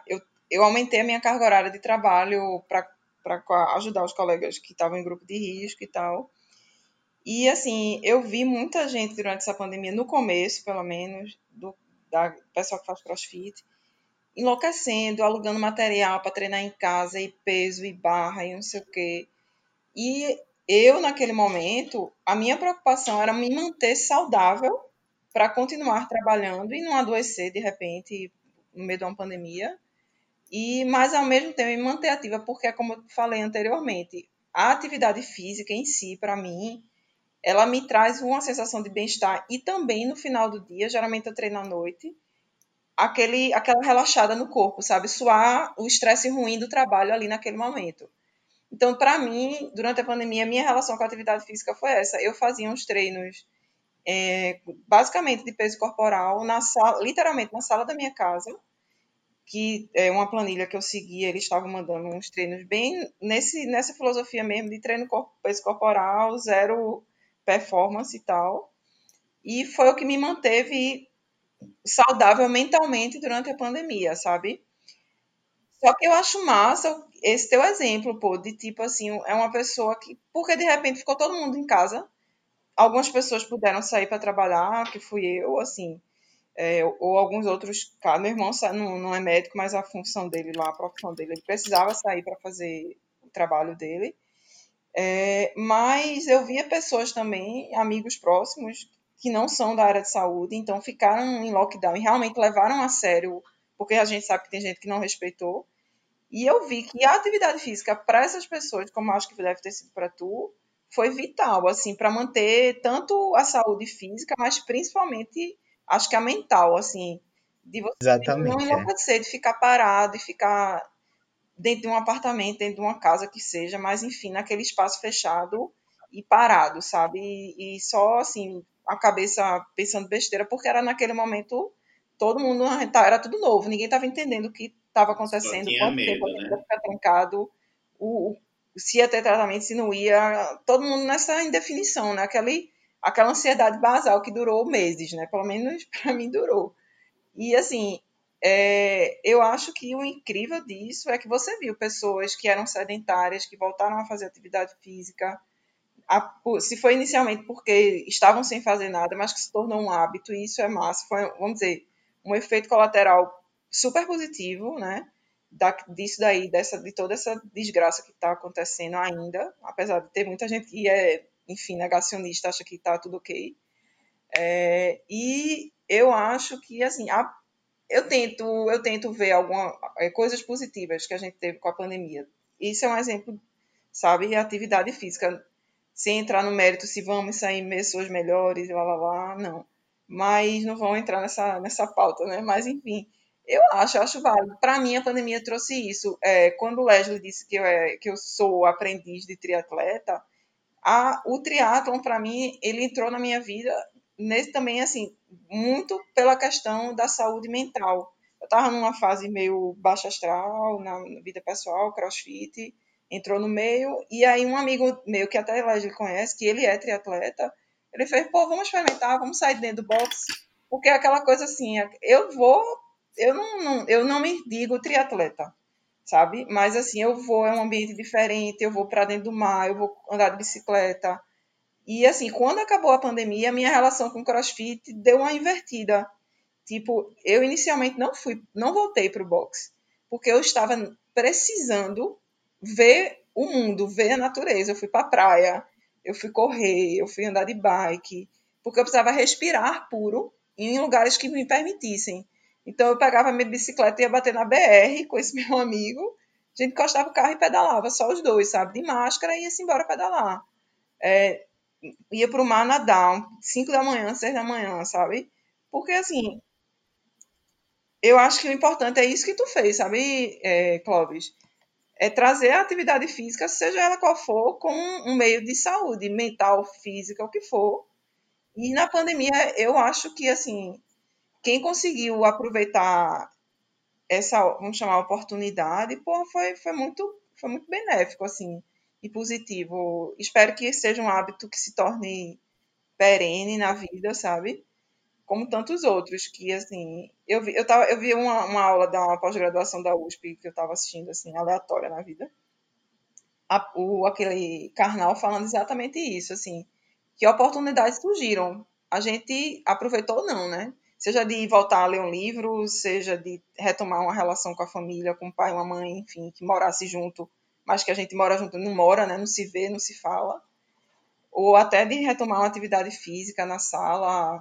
eu aumentei a minha carga horária de trabalho para ajudar os colegas que estavam em grupo de risco e tal. E, assim, eu vi muita gente durante essa pandemia, no começo, pelo menos, da pessoal que faz crossfit, enlouquecendo, alugando material para treinar em casa, e peso, e barra, e não sei o quê. E eu, naquele momento, a minha preocupação era me manter saudável para continuar trabalhando e não adoecer, de repente, no meio de uma pandemia. Mas, ao mesmo tempo, me manter ativa, porque, como eu falei anteriormente, a atividade física em si, para mim, ela me traz uma sensação de bem-estar e também no final do dia, geralmente eu treino à noite, aquela relaxada no corpo, sabe? Suar o estresse ruim do trabalho ali naquele momento. Então, para mim, durante a pandemia, minha relação com a atividade física foi essa. Eu fazia uns treinos, basicamente de peso corporal, na sala, literalmente na sala da minha casa, que é uma planilha que eu seguia, eles estavam mandando uns treinos bem nessa filosofia mesmo de treino peso corporal, zero performance e tal. E foi o que me manteve saudável mentalmente durante a pandemia, sabe? Só que eu acho massa esse teu exemplo, pô, de tipo assim, é uma pessoa que, porque de repente ficou todo mundo em casa, algumas pessoas puderam sair para trabalhar, que fui eu, assim, ou alguns outros, cara, meu irmão não é médico, mas a função dele lá, a profissão dele, ele precisava sair para fazer o trabalho dele. Mas eu via pessoas também, amigos próximos, que não são da área de saúde, então ficaram em lockdown e realmente levaram a sério, porque a gente sabe que tem gente que não respeitou. E eu vi que a atividade física para essas pessoas, como acho que deve ter sido para tu, foi vital, assim, para manter tanto a saúde física, mas principalmente, acho que a mental, assim, de você não Exatamente, é. enlouquecer, de ficar parado, de ficar dentro de um apartamento, dentro de uma casa que seja, mas enfim, naquele espaço fechado e parado, sabe? E só assim, a cabeça pensando besteira, porque era naquele momento todo mundo era tudo novo, ninguém estava entendendo o que estava Só acontecendo, tinha quanto tempo a medo, gente ia né? ficar trancado, se ia ter tratamento, se não ia, todo mundo nessa indefinição, né? Aquela ansiedade basal que durou meses, né? Pelo menos para mim durou. E assim, eu acho que o incrível disso é que você viu pessoas que eram sedentárias, que voltaram a fazer atividade física, se foi inicialmente porque estavam sem fazer nada, mas que se tornou um hábito, e isso é massa. Foi, vamos dizer, um efeito colateral super positivo, né? Disso daí, de toda essa desgraça que está acontecendo ainda, apesar de ter muita gente que enfim, negacionista, acha que está tudo ok. E eu acho que, assim, eu tento ver coisas positivas que a gente teve com a pandemia. Isso é um exemplo, sabe? A atividade física, sem entrar no mérito se vamos sair pessoas melhores, lá, lá, lá, não. Mas não vão entrar nessa pauta, né? Mas, enfim, eu acho válido. Para mim, a pandemia trouxe isso. Quando o Leslie disse que eu sou aprendiz de triatleta, o triatlon, para mim, ele entrou na minha vida nesse também, assim, muito pela questão da saúde mental. Eu estava numa fase meio baixa astral, na vida pessoal, crossfit, entrou no meio, e aí um amigo meu, que até ele conhece, que ele é triatleta, ele fez, pô, vamos experimentar, vamos sair dentro do box, porque é aquela coisa assim, eu não me digo triatleta, sabe? Mas assim, eu vou, é um ambiente diferente, eu vou para dentro do mar, eu vou andar de bicicleta. E assim, quando acabou a pandemia, a minha relação com o CrossFit deu uma invertida. Tipo, eu inicialmente não voltei para o boxe, porque eu estava precisando ver o mundo, ver a natureza. Eu fui para a praia, eu fui correr, eu fui andar de bike, porque eu precisava respirar puro em lugares que me permitissem. Então eu pegava minha bicicleta e ia bater na BR com esse meu amigo, a gente encostava o carro e pedalava, só os dois, sabe? De máscara e ia-se embora pedalar. Ia para o mar nadar, 5 da manhã, 6 da manhã, sabe? Porque assim, eu acho que o importante é isso que tu fez, sabe, Clóvis? É trazer a atividade física, seja ela qual for, como um meio de saúde mental, física, o que for. E na pandemia, eu acho que, assim, quem conseguiu aproveitar essa, vamos chamar, oportunidade, pô, foi muito benéfico, assim, e positivo. Espero que seja um hábito que se torne perene na vida, sabe? como tantos outros, que, assim, eu vi uma aula da pós-graduação da USP, que eu estava assistindo, assim, aleatória na vida, aquele Karnal falando exatamente isso, assim, que oportunidades surgiram. A gente aproveitou ou não, né? Seja de voltar a ler um livro, seja de retomar uma relação com a família, com o pai, uma mãe, enfim, que morasse junto, mas que a gente mora junto, não mora, né? Não se vê, não se fala. Ou até de retomar uma atividade física na sala.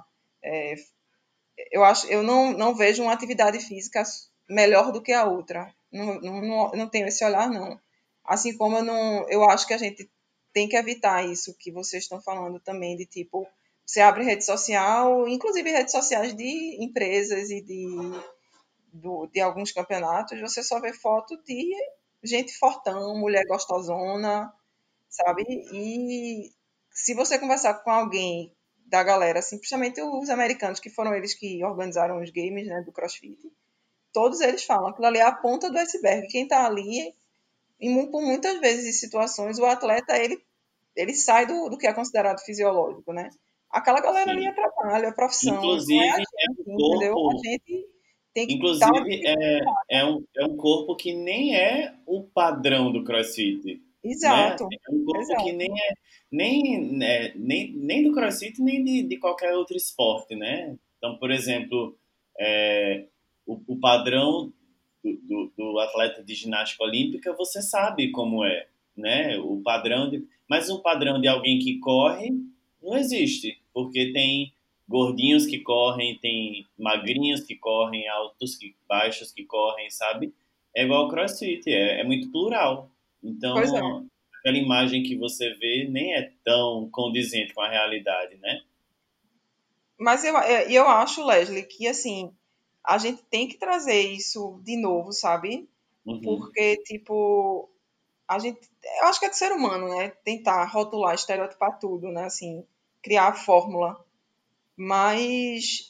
Eu não vejo uma atividade física melhor do que a outra. Não tenho esse olhar, não. Assim como eu acho que a gente tem que evitar isso que vocês estão falando também, de tipo, você abre rede social, inclusive redes sociais de empresas e de alguns campeonatos, você só vê foto de gente fortão, mulher gostosona, sabe? E se você conversar com alguém da galera, assim, principalmente os americanos, que foram eles que organizaram os games, né, do CrossFit, todos eles falam que aquilo ali é a ponta do iceberg. Quem está ali, por muitas vezes em situações, o atleta, ele sai do que é considerado fisiológico, né? Aquela galera ali é Sim. trabalho, é profissão, não é a Inclusive, é gente, um entendeu? A corpo. gente tem que estar... Inclusive, é um corpo que nem é o padrão do CrossFit, né? Exato, É um corpo que exato. nem é nem do CrossFit, nem de qualquer outro esporte, né? Então, por exemplo, o padrão do atleta de ginástica olímpica, você sabe como é, né? Mas um padrão de alguém que corre não existe, porque tem gordinhos que correm, tem magrinhos que correm, baixos que correm, sabe? É igual ao CrossFit, é muito plural. Pois é. Então, aquela imagem que você vê nem é tão condizente com a realidade, né? Mas eu acho, Leslie, que assim, a gente tem que trazer isso de novo, sabe? Uhum. Porque, tipo, eu acho que é do ser humano, né? Tentar rotular, estereotipar tudo, né? Assim, criar a fórmula. Mas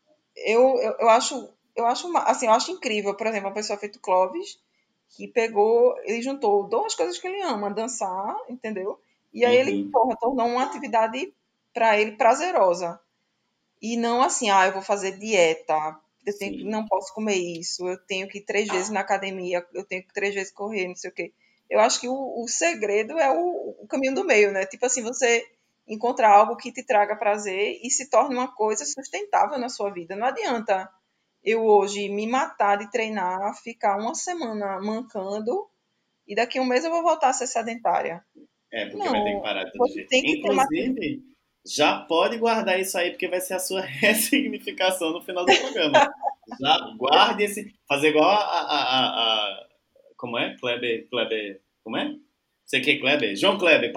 assim, eu acho incrível, por exemplo, uma pessoa feito Clóvis, que pegou, ele juntou duas coisas que ele ama, dançar, entendeu? E aí ele, Uhum. porra, tornou uma atividade para ele prazerosa. E não assim, eu vou fazer dieta, Sim. não posso comer isso, eu tenho que ir 3 vezes na academia, eu tenho que 3 vezes correr, não sei o quê. Eu acho que o segredo é o caminho do meio, né? Tipo assim, você encontrar algo que te traga prazer e se torne uma coisa sustentável na sua vida. Não adianta eu hoje me matar de treinar, ficar uma semana mancando e daqui a um mês eu vou voltar a ser sedentária. Porque vai ter que Não, parar de todo você jeito. tem que ter uma atividade. Inclusive, já pode guardar isso aí, porque vai ser a sua ressignificação no final do programa. Já guarde esse. Fazer igual como é? Kleber. Como é? Você que é Kleber? João Kleber.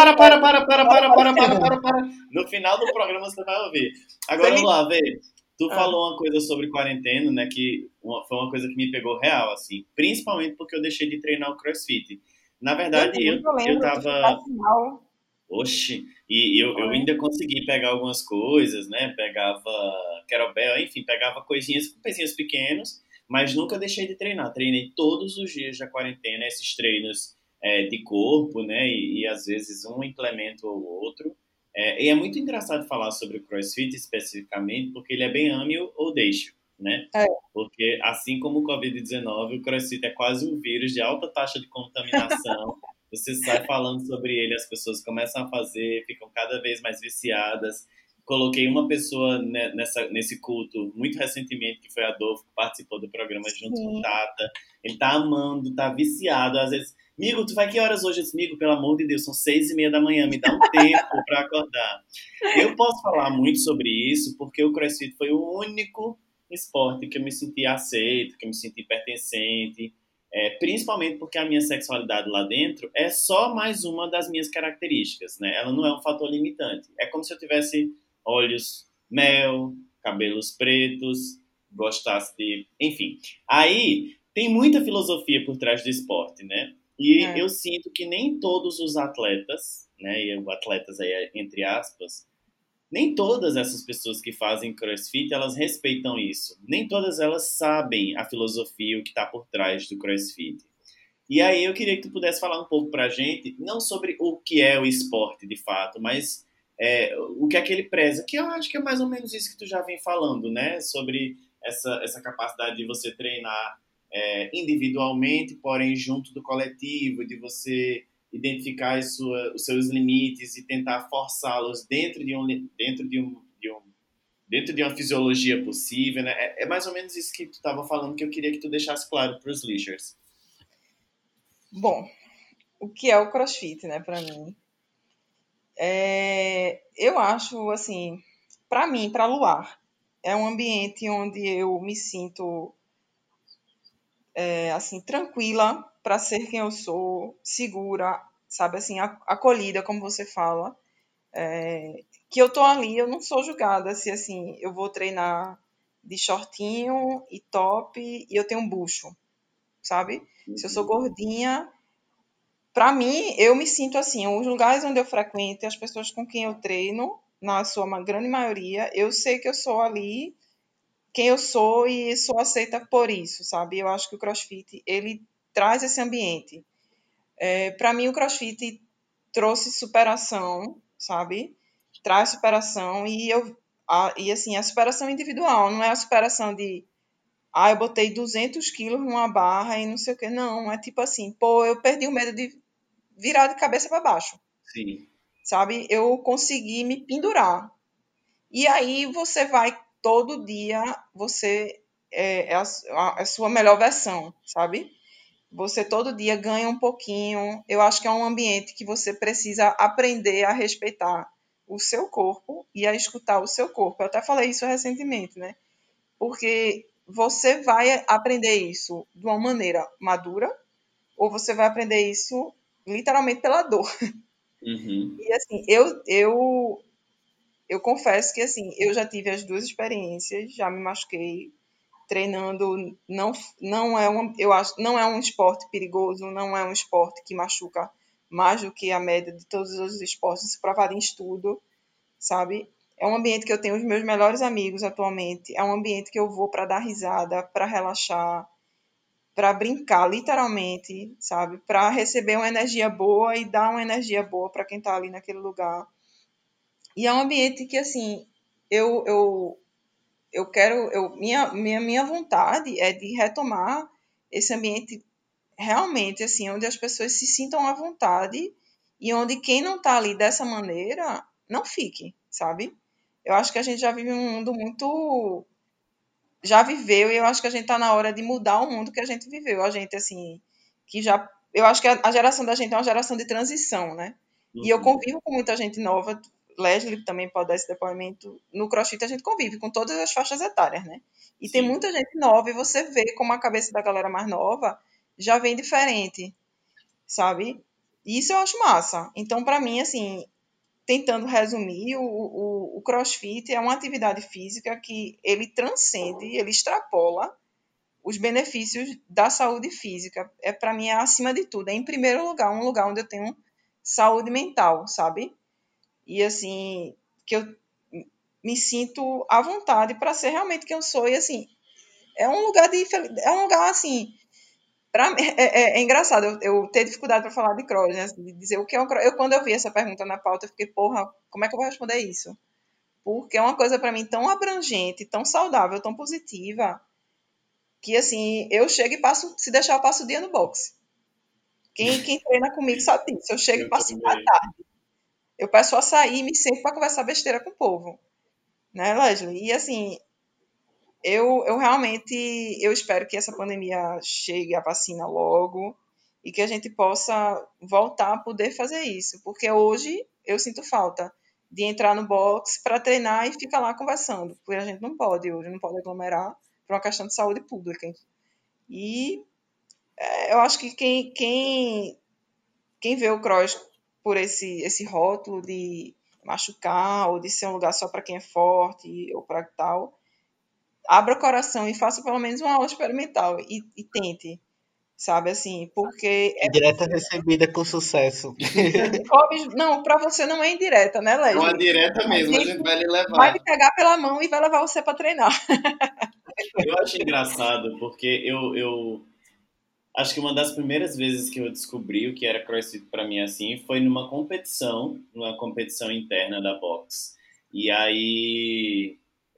Para. No final do programa você vai ouvir. Você Agora, me... lá, vê. Tu Ah, falou uma coisa sobre quarentena, né? Que foi uma coisa que me pegou real, assim. Principalmente porque eu deixei de treinar o CrossFit. Na verdade, eu eu lembro, tu tava. ficasse mal. Oxe, e eu Foi. ainda consegui pegar algumas coisas, né? Pegava kettlebell, enfim, pegava coisinhas com pezinhos pequenos, mas nunca deixei de treinar. Treinei todos os dias da quarentena, esses treinos de corpo, né? E às vezes um implemento ou outro. E é muito engraçado falar sobre o CrossFit especificamente, porque ele é bem ame ou deixe, né? É, Porque assim como o Covid-19, o CrossFit é quase um vírus de alta taxa de contaminação. Você sai falando sobre ele, as pessoas começam a fazer, ficam cada vez mais viciadas. Coloquei uma pessoa nesse culto muito recentemente, que foi Adolfo, que participou do programa junto com o sim. Tata. Ele tá amando, tá viciado. Às vezes, amigo, tu vai que horas hoje? Eu disse, amigo, pelo amor de Deus, são 6:30 da manhã, me dá um tempo para acordar. Eu posso falar muito sobre isso, porque o CrossFit foi o único esporte que eu me senti aceito, que eu me senti pertencente, principalmente porque a minha sexualidade lá dentro é só mais uma das minhas características, né? Ela não é um fator limitante. É como se eu tivesse olhos mel, cabelos pretos, gostasse de... Enfim, aí tem muita filosofia por trás do esporte, né? E É. eu sinto que nem todos os atletas, né? E atletas aí entre aspas, nem todas essas pessoas que fazem CrossFit, elas respeitam isso. Nem todas elas sabem a filosofia, o que está por trás do CrossFit. E aí eu queria que tu pudesse falar um pouco pra gente, não sobre o que é o esporte de fato, mas o que é que ele preza, que eu acho que é mais ou menos isso que tu já vem falando, né? Sobre essa capacidade de você treinar individualmente, porém junto do coletivo, de você identificar os seus limites e tentar forçá-los dentro de uma fisiologia possível, né? É mais ou menos isso que tu estava falando, que eu queria que tu deixasse claro para os lixers. Bom, o que é o CrossFit, né, para mim? Eu acho, assim, para mim, para Luar, é um ambiente onde eu me sinto, assim, tranquila para ser quem eu sou, segura, sabe, assim, acolhida, como você fala. Que eu tô ali, eu não sou julgada se, assim, eu vou treinar de shortinho e top e eu tenho um bucho, sabe? Se eu sou gordinha, para mim, eu me sinto assim, os lugares onde eu frequento, as pessoas com quem eu treino, na sua grande maioria, eu sei que eu sou ali quem eu sou e sou aceita por isso, sabe? Eu acho que o CrossFit, ele traz esse ambiente. Para mim, o CrossFit trouxe superação, sabe? Traz superação e assim, a superação individual, não é a superação de eu botei 200 quilos numa barra e não sei o que, não, é tipo assim, pô, eu perdi o medo de virar de cabeça para baixo. Sim. Sabe? Eu consegui me pendurar. E aí você vai todo dia, você é a sua melhor versão, sabe? Você todo dia ganha um pouquinho. Eu acho que é um ambiente que você precisa aprender a respeitar o seu corpo e a escutar o seu corpo. Eu até falei isso recentemente, né? Porque você vai aprender isso de uma maneira madura ou você vai aprender isso literalmente pela dor. Uhum. E assim, eu confesso que assim, eu já tive as duas experiências, já me machuquei treinando, não é eu acho, não é um esporte perigoso, não é um esporte que machuca mais do que a média de todos os esportes, isso provado em estudo, sabe? É um ambiente que eu tenho os meus melhores amigos atualmente, é um ambiente que eu vou para dar risada, para relaxar, para brincar, literalmente, sabe? Para receber uma energia boa e dar uma energia boa para quem está ali naquele lugar. E é um ambiente que, assim, eu, eu, eu quero, minha vontade é de retomar esse ambiente realmente, assim, onde as pessoas se sintam à vontade e onde quem não está ali dessa maneira não fique, sabe? Eu acho que a gente já vive um mundo muito. Já viveu e eu acho que a gente está na hora de mudar o mundo que a gente viveu. A gente, assim, que já. Eu acho que a geração da gente é uma geração de transição, né? E eu convivo com muita gente nova. Leslie também pode dar esse depoimento. No CrossFit a gente convive com todas as faixas etárias, né? E tem Sim. muita gente nova e você vê como a cabeça da galera mais nova já vem diferente, sabe? E isso eu acho massa. Então, para mim, assim, tentando resumir, o CrossFit é uma atividade física que ele transcende, ele extrapola os benefícios da saúde física. Para mim, é acima de tudo. É, em primeiro lugar, um lugar onde eu tenho saúde mental, sabe? E, assim, que eu me sinto à vontade para ser realmente quem eu sou. E, assim, é um lugar é um lugar, assim, é engraçado eu ter dificuldade para falar de cross, né? De dizer o que é um cross. Quando eu vi essa pergunta na pauta, eu fiquei, porra, como é que eu vou responder isso? Porque é uma coisa para mim tão abrangente, tão saudável, tão positiva, que assim, eu chego e passo, se deixar, eu passo o dia no boxe. Quem treina comigo sabe disso. Eu chego e Eu passo a também. tarde. Eu peço açaí e me sento para conversar besteira com o povo. Né, Leslie? E assim, eu realmente eu espero que essa pandemia chegue a vacina logo e que a gente possa voltar a poder fazer isso, porque hoje eu sinto falta de entrar no box para treinar e ficar lá conversando, porque a gente não pode hoje, não pode aglomerar por uma questão de saúde pública. E eu acho que quem vê o cross por esse rótulo de machucar ou de ser um lugar só para quem é forte ou para tal, abra o coração e faça pelo menos uma aula experimental e tente, sabe assim, porque Indireta recebida com sucesso. não, para você não é indireta, né, É uma Leslie? direta A mesmo, a gente gente vai lhe vai lhe levar. pegar pela mão e vai levar você para treinar. Eu acho engraçado, porque Acho que uma das primeiras vezes que eu descobri o que era CrossFit para mim assim foi numa competição interna da box. E aí,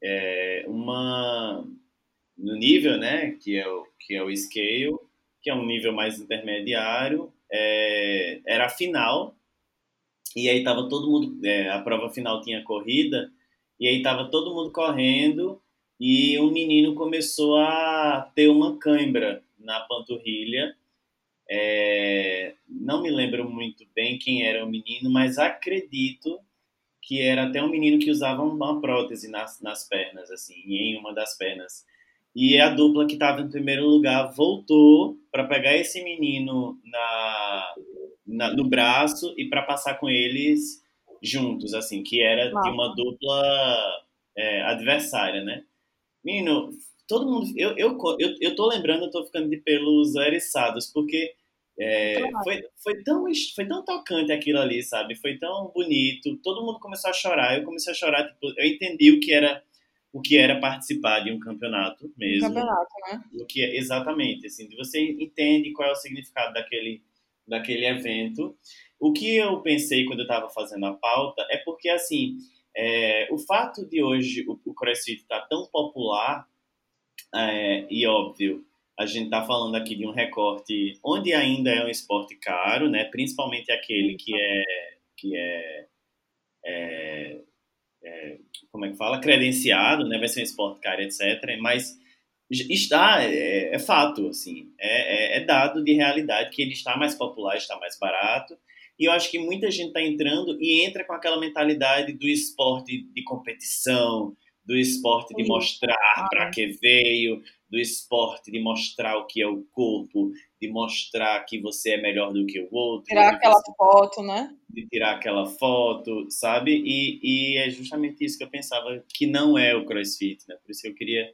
no nível, né, que é o scale, que é um nível mais intermediário, era a final. E aí tava todo mundo, a prova final tinha corrida, e aí tava todo mundo correndo, e um menino começou a ter uma cãibra na panturrilha. Não me lembro muito bem quem era o menino, mas acredito que era até um menino que usava uma prótese nas pernas, assim, em uma das pernas. E a dupla que estava em primeiro lugar voltou para pegar esse menino no braço e para passar com eles juntos, assim, que era de uma Massa. dupla adversária, né? Menino, todo mundo. Eu tô lembrando, eu tô ficando de pelos eriçados, porque Claro. foi tão tocante aquilo ali, sabe? Foi tão bonito. Todo mundo começou a chorar. Eu comecei a chorar, tipo, eu entendi o que era participar de um campeonato Um mesmo. campeonato, né? Exatamente, assim, de você entende qual é o significado daquele evento. O que eu pensei quando eu estava fazendo a pauta é porque, assim, o fato de hoje o CrossFit estar tão popular, e óbvio, a gente está falando aqui de um recorte onde ainda é um esporte caro, né? Principalmente aquele que é, como é que fala, credenciado, né? Vai ser um esporte caro, etc. Mas está, é fato, assim, é dado de realidade que ele está mais popular, está mais barato. E eu acho que muita gente está entrando e entra com aquela mentalidade do esporte de competição, do esporte de Isso. mostrar para Ah, que veio, do esporte de mostrar o que é o corpo, de mostrar que você é melhor do que o outro, tirar aquela foto, né? de tirar aquela foto, sabe? E é justamente isso que eu pensava que não é o CrossFit, né? Por isso que eu queria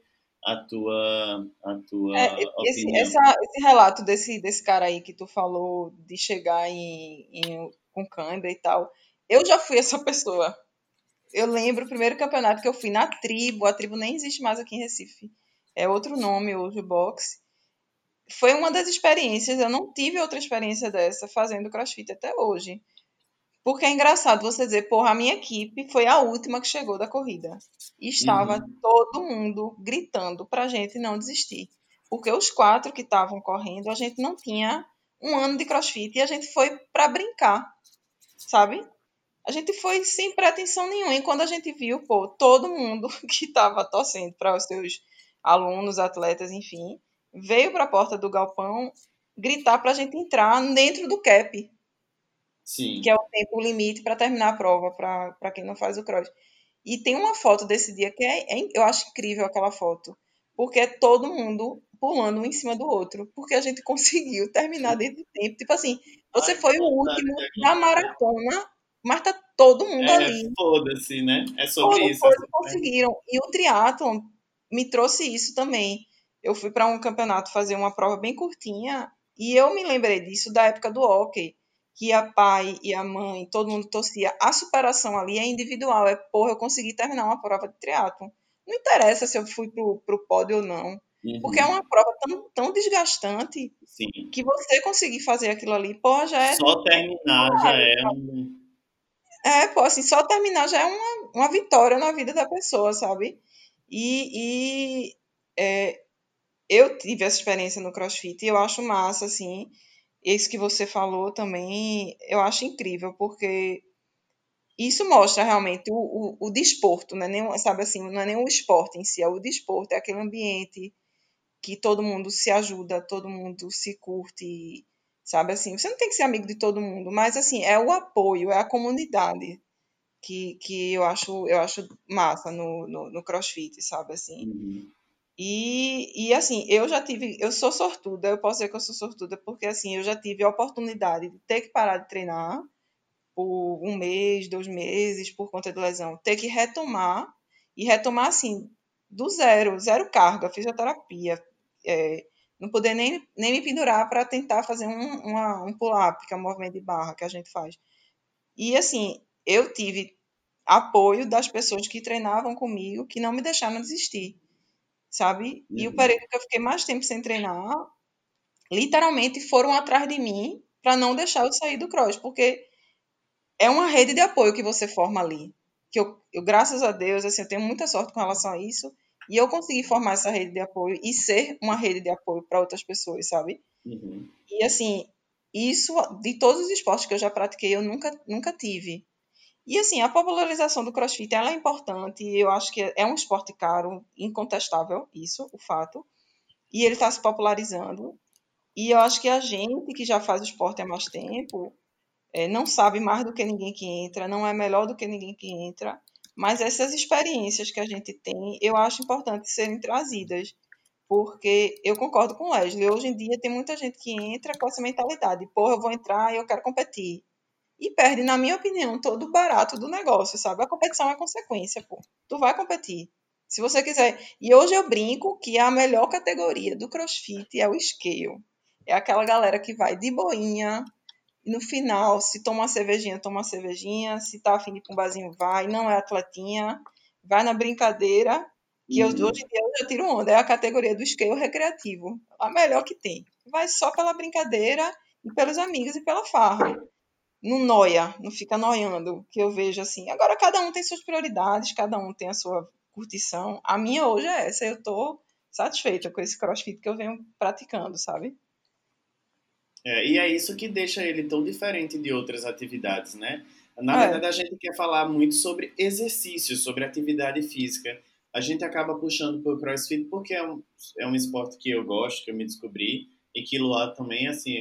a tua opinião. Esse relato desse cara aí que tu falou de chegar com cãibra e tal, eu já fui essa pessoa. Eu lembro o primeiro campeonato que eu fui na tribo, a tribo nem existe mais aqui em Recife. É outro nome hoje, o boxe. Foi uma das experiências, eu não tive outra experiência dessa fazendo CrossFit até hoje. Porque é engraçado você dizer, porra, a minha equipe foi a última que chegou da corrida. E estava Uhum. todo mundo gritando pra gente não desistir. Porque os 4 que estavam correndo, a gente não tinha um ano de CrossFit e a gente foi pra brincar, sabe? A gente foi sem pretensão nenhuma. E quando a gente viu, pô, todo mundo que estava torcendo para os seus alunos, atletas, enfim, veio para a porta do galpão gritar para a gente entrar dentro do cap, que é Sim. o tempo limite para terminar a prova, para quem não faz o cross. E tem uma foto desse dia que eu acho incrível aquela foto, porque é todo mundo pulando um em cima do outro, porque a gente conseguiu terminar dentro do tempo. Tipo assim, você Ai, que foi o vontade de último da acompanhar. maratona, mas tá todo mundo ali. Foda-se, né? É sobre Todos, isso. todos conseguiram. E o triatlon me trouxe isso também. Eu fui para um campeonato fazer uma prova bem curtinha e eu me lembrei disso da época do hóquei, que a pai e a mãe, todo mundo torcia. A superação ali é individual. É, porra, eu consegui terminar uma prova de triatlon. Não interessa se eu fui pro pódio ou não, porque é uma Uhum. prova tão desgastante Sim. que você conseguir fazer aquilo ali, porra, já é Só terminar já é um. pô, assim, só terminar já é uma vitória na vida da pessoa, sabe? E eu tive essa experiência no CrossFit e eu acho massa, assim, isso que você falou também, eu acho incrível, porque isso mostra realmente o desporto, né? Nem, sabe assim, não é nem o esporte em si, é o desporto, é aquele ambiente que todo mundo se ajuda, todo mundo se curte, sabe assim? Você não tem que ser amigo de todo mundo, mas assim, é o apoio, é a comunidade que eu acho massa no CrossFit, sabe, assim. Uhum. E assim, eu sou sortuda, eu posso dizer que eu sou sortuda, porque assim, eu já tive a oportunidade de ter que parar de treinar por um mês, 2 meses, por conta de lesão, ter que retomar, e retomar assim, do zero, zero carga, fisioterapia, não poder nem me pendurar para tentar fazer um pull-up, que é um movimento de barra que a gente faz. E assim, eu tive apoio das pessoas que treinavam comigo, que não me deixaram desistir, sabe? E o Uhum. período que eu fiquei mais tempo sem treinar, literalmente foram atrás de mim para não deixar eu sair do cross, porque é uma rede de apoio que você forma ali. Que eu graças a Deus, assim, eu tenho muita sorte com relação a isso, e eu consegui formar essa rede de apoio e ser uma rede de apoio para outras pessoas, sabe? Uhum. E assim, isso de todos os esportes que eu já pratiquei, eu nunca tive. E assim, a popularização do CrossFit ela é importante, eu acho que é um esporte caro, incontestável, isso, o fato. E ele está se popularizando. E eu acho que a gente que já faz o esporte há mais tempo, não sabe mais do que ninguém que entra, não é melhor do que ninguém que entra, mas essas experiências que a gente tem, eu acho importante serem trazidas, porque eu concordo com o Leslie, hoje em dia tem muita gente que entra com essa mentalidade, porra, eu vou entrar e eu quero competir. E perde, na minha opinião, todo o barato do negócio, sabe? A competição é consequência, pô. Tu vai competir. Se você quiser. E hoje eu brinco que a melhor categoria do CrossFit é o scale. É aquela galera que vai de boinha, e no final, se toma uma cervejinha, toma uma cervejinha. Se tá afim de ir pra um barzinho, vai. Não é atletinha. Vai na brincadeira. Que hoje em dia eu já tiro onda. É a categoria do scale recreativo. A melhor que tem. Vai só pela brincadeira e pelos amigos e pela farra. Não noia, não fica noiando, que eu vejo assim. Agora, cada um tem suas prioridades, cada um tem a sua curtição. A minha hoje é essa. Eu tô satisfeita com esse CrossFit que eu venho praticando, sabe? E é isso que deixa ele tão diferente de outras atividades, né? Na É, verdade, a gente quer falar muito sobre exercício, sobre atividade física. A gente acaba puxando para o CrossFit porque é um esporte que eu gosto, que eu me descobri, e que Luá também, assim,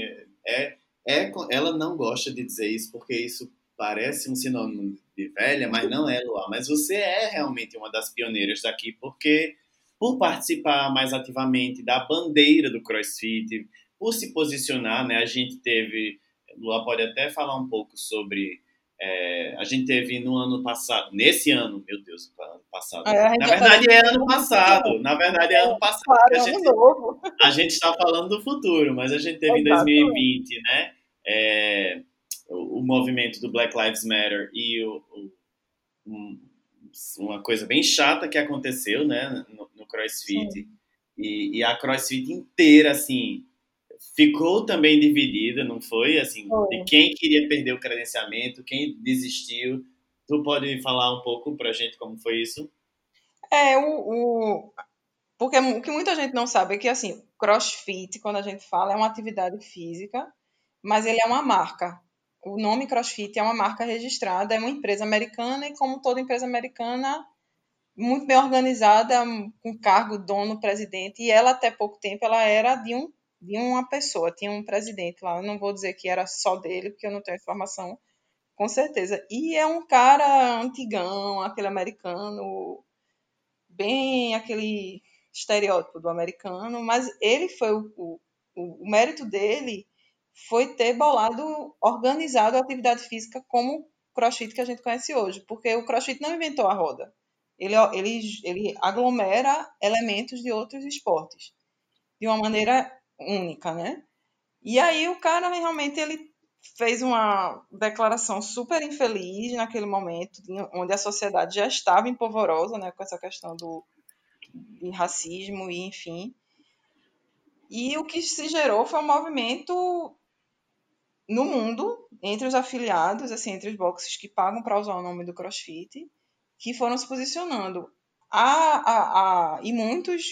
ela não gosta de dizer isso porque isso parece um sinônimo de velha, mas não é, Luá. Mas você é realmente uma das pioneiras daqui porque por participar mais ativamente da bandeira do CrossFit, por se posicionar, né? A gente teve, Lua pode até falar um pouco sobre, a gente teve no ano passado, nesse ano, meu Deus, ano passado. a gente Na já tá verdade dentro é de ano passado, 2021. na verdade é ano passado que Claro, ano novo. a gente está falando do futuro, mas a gente teve em Exatamente. 2020, né? O movimento do Black Lives Matter e um, uma coisa bem chata que aconteceu, né, no CrossFit. Sim. E a CrossFit inteira, assim, ficou também dividida, não foi? Assim, de Foi. quem queria perder o credenciamento, quem desistiu. Tu pode falar um pouco pra gente como foi isso? É, porque o que muita gente não sabe é que, assim, CrossFit, quando a gente fala, é uma atividade física, mas ele é uma marca. O nome CrossFit é uma marca registrada, é uma empresa americana e, como toda empresa americana, muito bem organizada, com cargo, dono, presidente, e ela, até pouco tempo, ela era de uma pessoa, tinha um presidente lá. Eu não vou dizer que era só dele, porque eu não tenho informação, com certeza. E é um cara antigão, aquele americano, bem aquele estereótipo do americano, mas ele foi o mérito dele foi ter bolado, organizado a atividade física como o CrossFit que a gente conhece hoje, porque o CrossFit não inventou a roda. Ele aglomera elementos de outros esportes de uma maneira única, né? E aí o cara realmente ele fez uma declaração super infeliz naquele momento, onde a sociedade já estava empolvorosa, né, com essa questão de racismo e enfim. E o que se gerou foi um movimento no mundo, entre os afiliados, assim, entre os boxes que pagam para usar o nome do CrossFit, que foram se posicionando. E muitos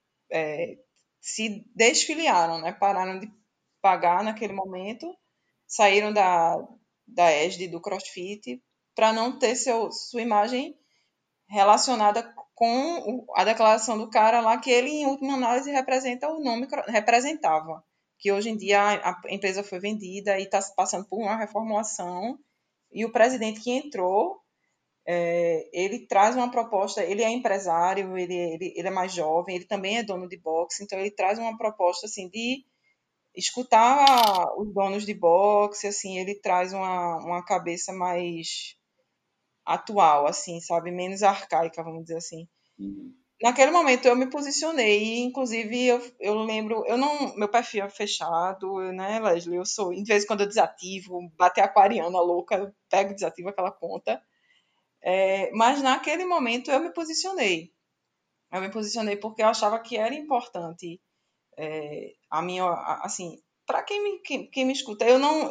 se desfiliaram, né? Pararam de pagar naquele momento, saíram da égide do CrossFit para não ter sua imagem relacionada com a declaração do cara lá, que ele, em última análise, representa o nome, representava. Que hoje em dia a empresa foi vendida e está passando por uma reformulação. E o presidente que entrou, ele traz uma proposta, ele é empresário, ele é mais jovem, ele também é dono de boxe, então ele traz uma proposta assim de escutar os donos de boxe, assim, ele traz uma cabeça mais atual, assim, sabe? Menos arcaica, vamos dizer assim. Uhum. Naquele momento eu me posicionei, e, inclusive eu lembro, eu não, meu perfil é fechado, né, Leslie? Eu sou, de vez em quando eu desativo, bater aquariana louca, eu pego e desativo aquela conta. Mas naquele momento eu me posicionei. Eu me posicionei porque eu achava que era importante A minha, assim, para quem me escuta,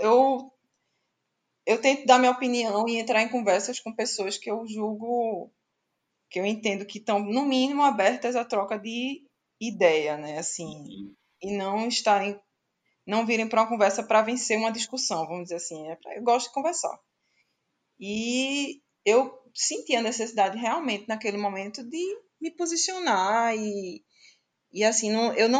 eu tento dar minha opinião e entrar em conversas com pessoas que eu julgo, que eu entendo que estão, no mínimo, abertas à troca de ideia, né? Assim, e não virem para uma conversa para vencer uma discussão, vamos dizer assim. Eu gosto de conversar. E eu senti a necessidade realmente, naquele momento, de me posicionar e assim,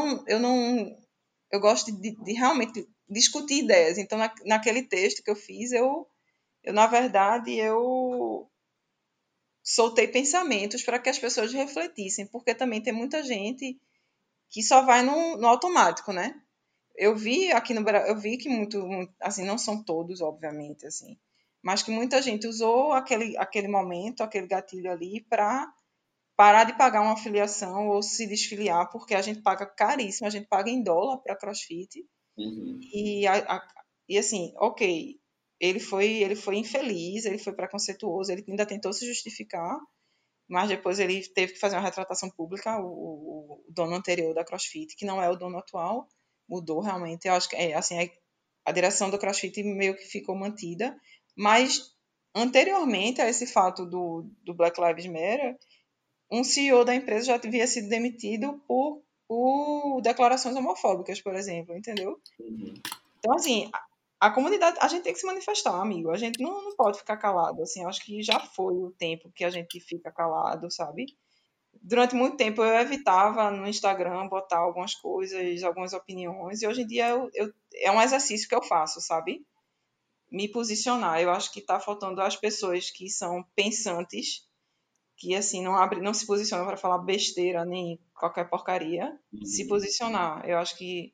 eu gosto de realmente discutir ideias. Então, naquele texto que eu fiz, na verdade, eu soltei pensamentos para que as pessoas refletissem, porque também tem muita gente que só vai no automático, né? Eu vi aqui no Brasil, eu vi que assim, não são todos, obviamente, assim, mas que muita gente usou aquele momento, aquele gatilho ali para parar de pagar uma afiliação ou se desfiliar, porque a gente paga caríssimo, a gente paga em dólar para CrossFit. E, e assim, ok, ele foi infeliz, ele foi preconceituoso, ele ainda tentou se justificar, mas depois ele teve que fazer uma retratação pública, o dono anterior da CrossFit, que não é o dono atual, mudou realmente. Eu acho que assim, a direção do CrossFit meio que ficou mantida, mas anteriormente a esse fato do Black Lives Matter, um CEO da empresa já havia sido demitido por declarações homofóbicas, por exemplo, entendeu? Então, assim, a comunidade, a gente tem que se manifestar, amigo. A gente não pode ficar calado, assim. Acho que já foi o tempo que a gente fica calado, sabe? Durante muito tempo eu evitava no Instagram botar algumas coisas, algumas opiniões, e hoje em dia é um exercício que eu faço, sabe? Me posicionar. Eu acho que está faltando as pessoas que são pensantes, que assim não se posicionam para falar besteira nem qualquer porcaria, se posicionar. Eu acho que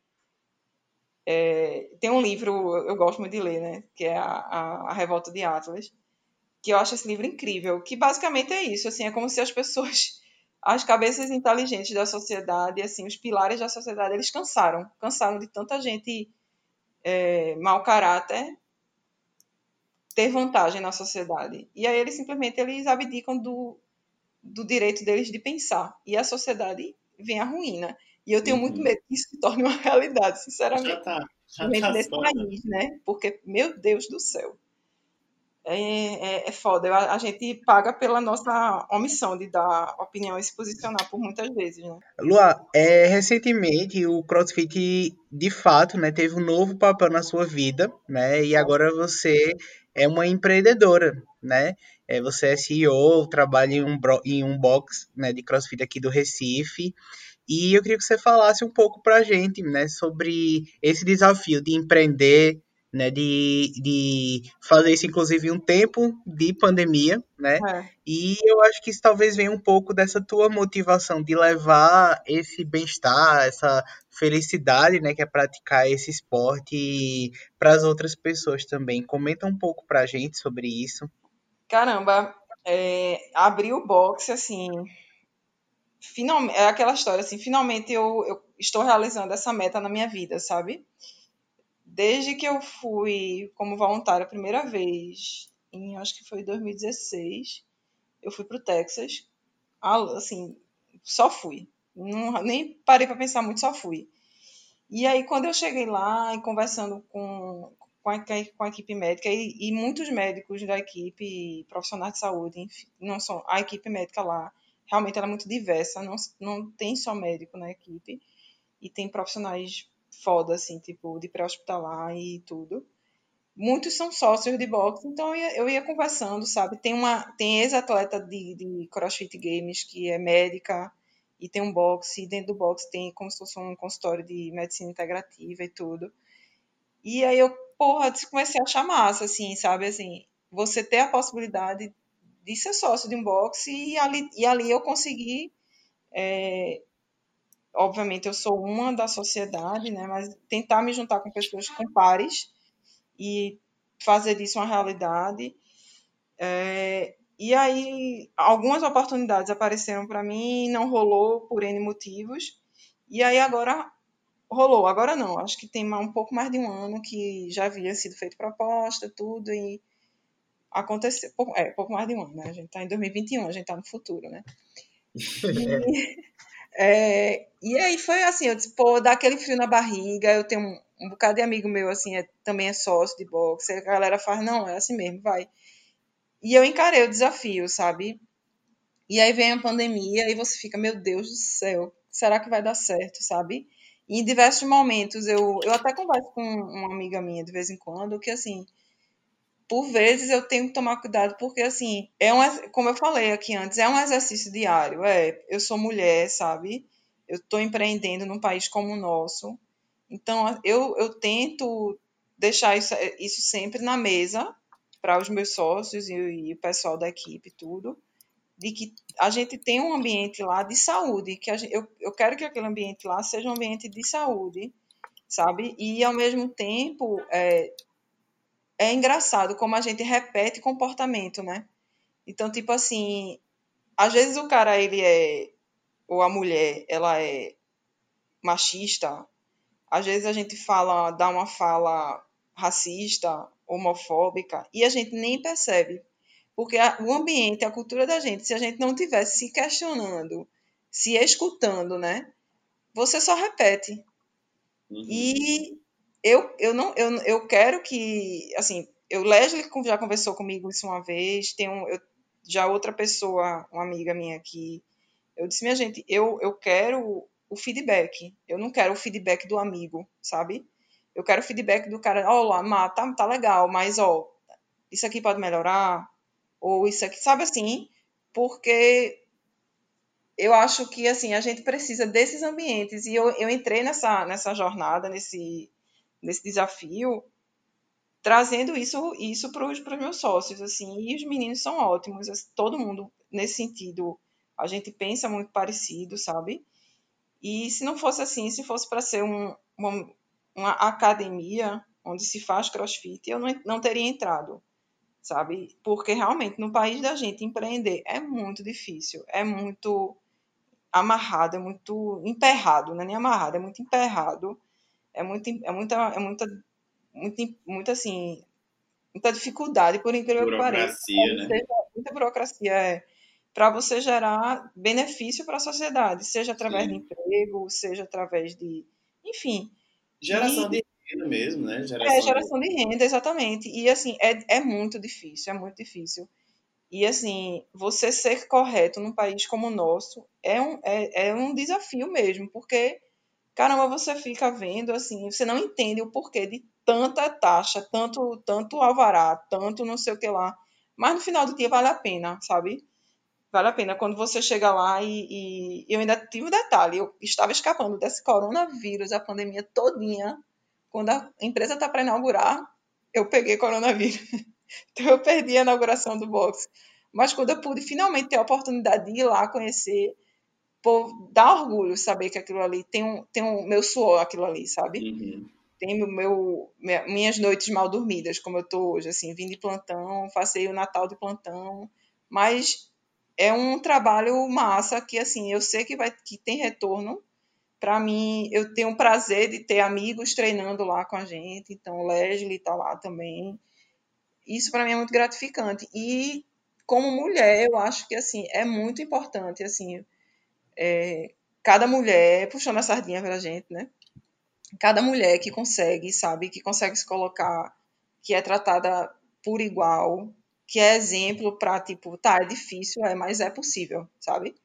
tem um livro, eu gosto muito de ler, né? Que é a Revolta de Atlas, que eu acho esse livro incrível, que basicamente é isso, assim, é como se as pessoas, as cabeças inteligentes da sociedade, assim, os pilares da sociedade, eles cansaram de tanta gente mau caráter ter vantagem na sociedade. E aí eles abdicam do direito deles de pensar. E a sociedade vem a ruína. E eu tenho muito medo que isso se torne uma realidade, sinceramente. Já tá Nesse país, né? Porque, meu Deus do céu, é foda. A gente paga pela nossa omissão de dar opinião e se posicionar por muitas vezes, né? Lua, recentemente o CrossFit de fato, né, teve um novo papel na sua vida, né? E agora você é uma empreendedora, né? Você é CEO, trabalha em um box, né, de CrossFit aqui do Recife. E eu queria que você falasse um pouco para a gente, né, sobre esse desafio de empreender, né, de fazer isso, inclusive, em um tempo de pandemia, né? É. E eu acho que isso talvez venha um pouco dessa tua motivação de levar esse bem-estar, essa felicidade, né, que é praticar esse esporte para as outras pessoas também. Comenta um pouco para a gente sobre isso. Caramba, abrir o boxe, assim, finalmente, é aquela história, assim, finalmente eu estou realizando essa meta na minha vida, sabe? Desde que eu fui como voluntária a primeira vez, acho que foi 2016, eu fui para o Texas, assim, só fui. Nem parei para pensar muito, só fui. E aí, quando eu cheguei lá e conversando com a equipe médica, e muitos médicos da equipe, profissionais de saúde, enfim, não são, a equipe médica lá, realmente ela é muito diversa, não tem só médico na equipe, e tem profissionais foda, assim, tipo, de pré-hospitalar e tudo. Muitos são sócios de boxe, então eu ia conversando, sabe? Tem ex-atleta de CrossFit Games que é médica e tem um boxe, e dentro do boxe tem como se fosse um consultório de medicina integrativa e tudo. E aí eu, porra, comecei a achar massa, assim, sabe? Assim, você ter a possibilidade de ser sócio de um boxe e ali eu consegui, obviamente eu sou uma da sociedade, né? Mas tentar me juntar com pessoas com pares e fazer disso uma realidade. E aí, algumas oportunidades apareceram para mim, não rolou por N motivos. E aí agora rolou. Agora não, acho que tem um pouco mais de um ano que já havia sido feita proposta, tudo, e aconteceu. Pouco mais de um ano, né? A gente está em 2021, a gente está no futuro, né? E aí foi assim, eu disse, pô, dá aquele frio na barriga, eu tenho um bocado de amigo meu, assim, também é sócio de boxe, a galera faz, não, é assim mesmo, vai. E eu encarei o desafio, sabe? E aí vem a pandemia e você fica, meu Deus do céu, será que vai dar certo, sabe? E em diversos momentos, eu até converso com uma amiga minha de vez em quando, que assim, por vezes eu tenho que tomar cuidado, porque assim, como eu falei aqui antes, é um exercício diário. Eu sou mulher, sabe? Eu estou empreendendo num país como o nosso. Então, eu tento deixar isso sempre na mesa para os meus sócios e o pessoal da equipe, tudo, de que a gente tem um ambiente lá de saúde, que eu quero que aquele ambiente lá seja um ambiente de saúde, sabe? E, ao mesmo tempo, é engraçado como a gente repete comportamento, né? Então, tipo assim, às vezes o cara, ou a mulher, ela é machista, às vezes a gente dá uma fala racista, homofóbica, e a gente nem percebe. Porque o ambiente, a cultura da gente, se a gente não tivesse se questionando, se escutando, né? Você só repete. E eu quero que, assim, Leslie já conversou comigo isso uma vez, já outra pessoa, uma amiga minha aqui, eu disse, minha gente, eu quero o feedback, eu não quero o feedback do amigo, sabe? Eu quero o feedback do cara, ó, Má, tá legal, mas, ó, isso aqui pode melhorar, ou isso aqui, sabe assim? Porque eu acho que, assim, a gente precisa desses ambientes, e eu entrei nessa jornada, nesse desafio, trazendo isso para os meus sócios, assim, e os meninos são ótimos, assim, todo mundo nesse sentido, a gente pensa muito parecido, sabe? E se não fosse assim, se fosse para ser uma academia onde se faz crossfit, eu não teria entrado, sabe? Porque realmente no país da gente empreender é muito difícil, é muito amarrado, é muito emperrado, não é nem amarrado, é muito emperrado, muita assim, muita dificuldade, por incrível que pareça, Burocracia, né? muita burocracia para você gerar benefício para a sociedade, seja através de Sim. emprego, seja através enfim, Geração e de renda mesmo, né? geração de renda, exatamente. E assim, é muito difícil, é muito difícil. E assim, você ser correto num país como o nosso é um desafio mesmo, porque caramba, você fica vendo assim, você não entende o porquê de tanta taxa, tanto alvará, tanto não sei o que lá. Mas no final do dia vale a pena, sabe? Vale a pena. Quando você chega lá e eu ainda tive um detalhe, eu estava escapando desse coronavírus, a pandemia todinha. Quando a empresa está para inaugurar, eu peguei coronavírus. Então eu perdi a inauguração do box. Mas quando eu pude finalmente ter a oportunidade de ir lá conhecer, pô, dá orgulho saber que aquilo ali tem um meu suor, aquilo ali, sabe? Uhum. Tem minhas noites mal dormidas, como eu tô hoje, assim, vim de plantão, passei o Natal de plantão, mas é um trabalho massa que, assim, eu sei que tem retorno. Para mim, eu tenho o prazer de ter amigos treinando lá com a gente, então o Leslie está lá também. Isso para mim é muito gratificante. E como mulher, eu acho que assim é muito importante assim, cada mulher puxando a sardinha para a gente, né? Cada mulher que consegue, sabe, que consegue se colocar, que é tratada por igual, que é exemplo para tipo, tá, é difícil, mas é possível, sabe?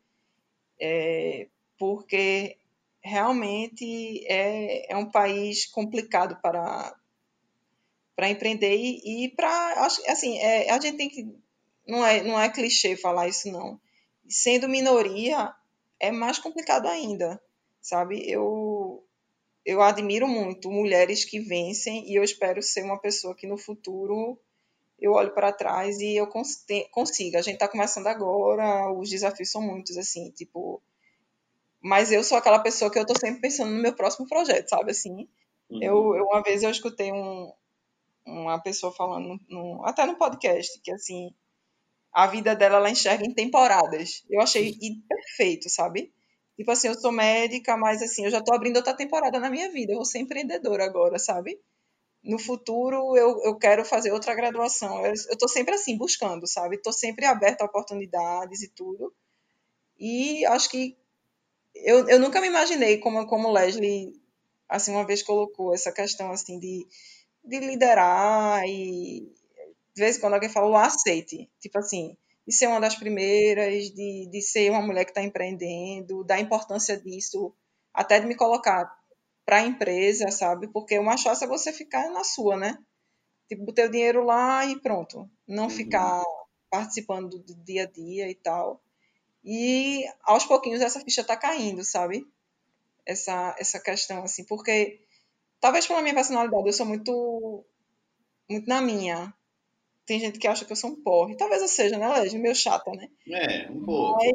Porque realmente é um país complicado para empreender e para assim a gente tem que não é clichê falar isso não, sendo minoria é mais complicado ainda, sabe? Eu admiro muito mulheres que vencem e eu espero ser uma pessoa que no futuro eu olho para trás e eu consiga. A gente está começando agora, os desafios são muitos assim, tipo, mas eu sou aquela pessoa que eu estou sempre pensando no meu próximo projeto, sabe assim? Uma vez eu escutei uma pessoa falando, até no podcast, que assim, a vida dela ela enxerga em temporadas. Eu achei perfeito, sabe? Tipo assim, eu sou médica, mas assim, eu já tô abrindo outra temporada na minha vida. Eu vou ser empreendedora agora, sabe? No futuro, eu quero fazer outra graduação. Eu tô sempre assim, buscando, sabe? Tô sempre aberta a oportunidades e tudo. E acho que eu nunca me imaginei como Leslie, assim, uma vez colocou essa questão, assim, de liderar e de vez em quando alguém fala o aceite, tipo assim, de ser uma das primeiras, de ser uma mulher que está empreendendo, da importância disso, até de me colocar para a empresa, sabe? Porque o mais fácil é você ficar na sua, né? Tipo, botar o dinheiro lá e pronto. Não Uhum. ficar participando do dia a dia e tal. E aos pouquinhos essa ficha tá caindo, sabe? Essa questão, assim, porque talvez pela minha personalidade, eu sou muito na minha. Tem gente que acha que eu sou um porre. Talvez eu seja, né, Lege? Meio chata, né? Um pouco.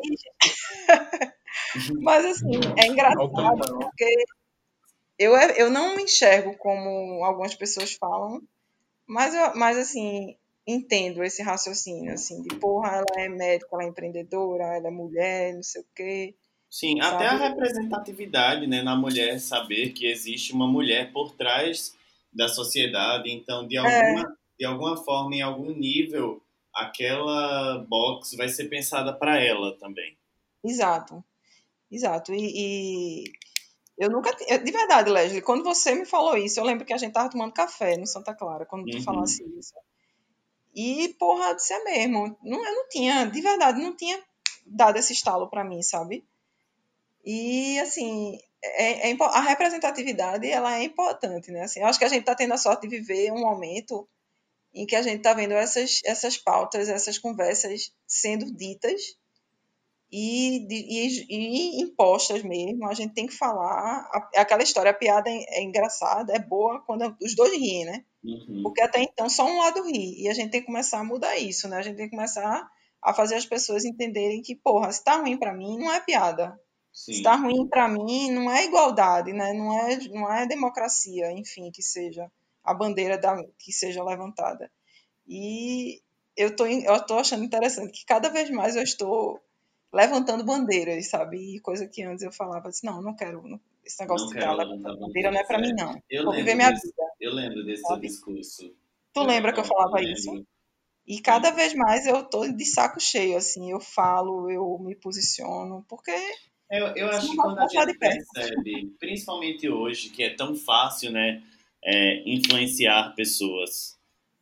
Mas assim, é engraçado porque eu não me enxergo como algumas pessoas falam, mas assim, entendo esse raciocínio, assim, de porra, ela é médica, ela é empreendedora, ela é mulher, não sei o quê, Sim, até a sabe? representatividade, né, na mulher, saber que existe uma mulher por trás da sociedade, então É, de alguma forma, em algum nível, aquela box vai ser pensada para ela também. exato, exato. E eu nunca. De verdade, Leslie, quando você me falou isso, eu lembro que a gente tava tomando café no Santa Clara, quando tu Uhum. falasse isso. E, porra, disse é mesmo. Não, eu não tinha, de verdade, não tinha dado esse estalo para mim, sabe? E, assim, a representatividade, ela é importante, né? Assim, eu acho que a gente está tendo a sorte de viver um momento em que a gente está vendo essas pautas, essas conversas sendo ditas e impostas mesmo. A gente tem que falar. Aquela história, a piada é engraçada, é boa quando os dois riem, né? Uhum. Porque até então só um lado ri. E a gente tem que começar a mudar isso, né? A gente tem que começar a fazer as pessoas entenderem que, porra, se tá ruim para mim, não é piada. Se tá Sim. ruim para mim, não é igualdade, né? Não é democracia, enfim, que seja a bandeira que seja levantada. E eu tô achando interessante que cada vez mais eu estou levantando bandeiras, sabe? E coisa que antes eu falava assim, não, não quero, esse negócio Não de quero dar levantar levantar bandeira não é bandeiras. para mim, não. Eu Vou viver lembro minha desse, vida, eu lembro desse seu sabe? discurso. Tu lembra que eu falava isso? Lembro, E cada lembro. vez mais eu tô de saco cheio, assim, eu falo, eu me posiciono, porque Eu isso acho não que vai quando a passar gente de perto. percebe, principalmente hoje, que é tão fácil, né, influenciar pessoas,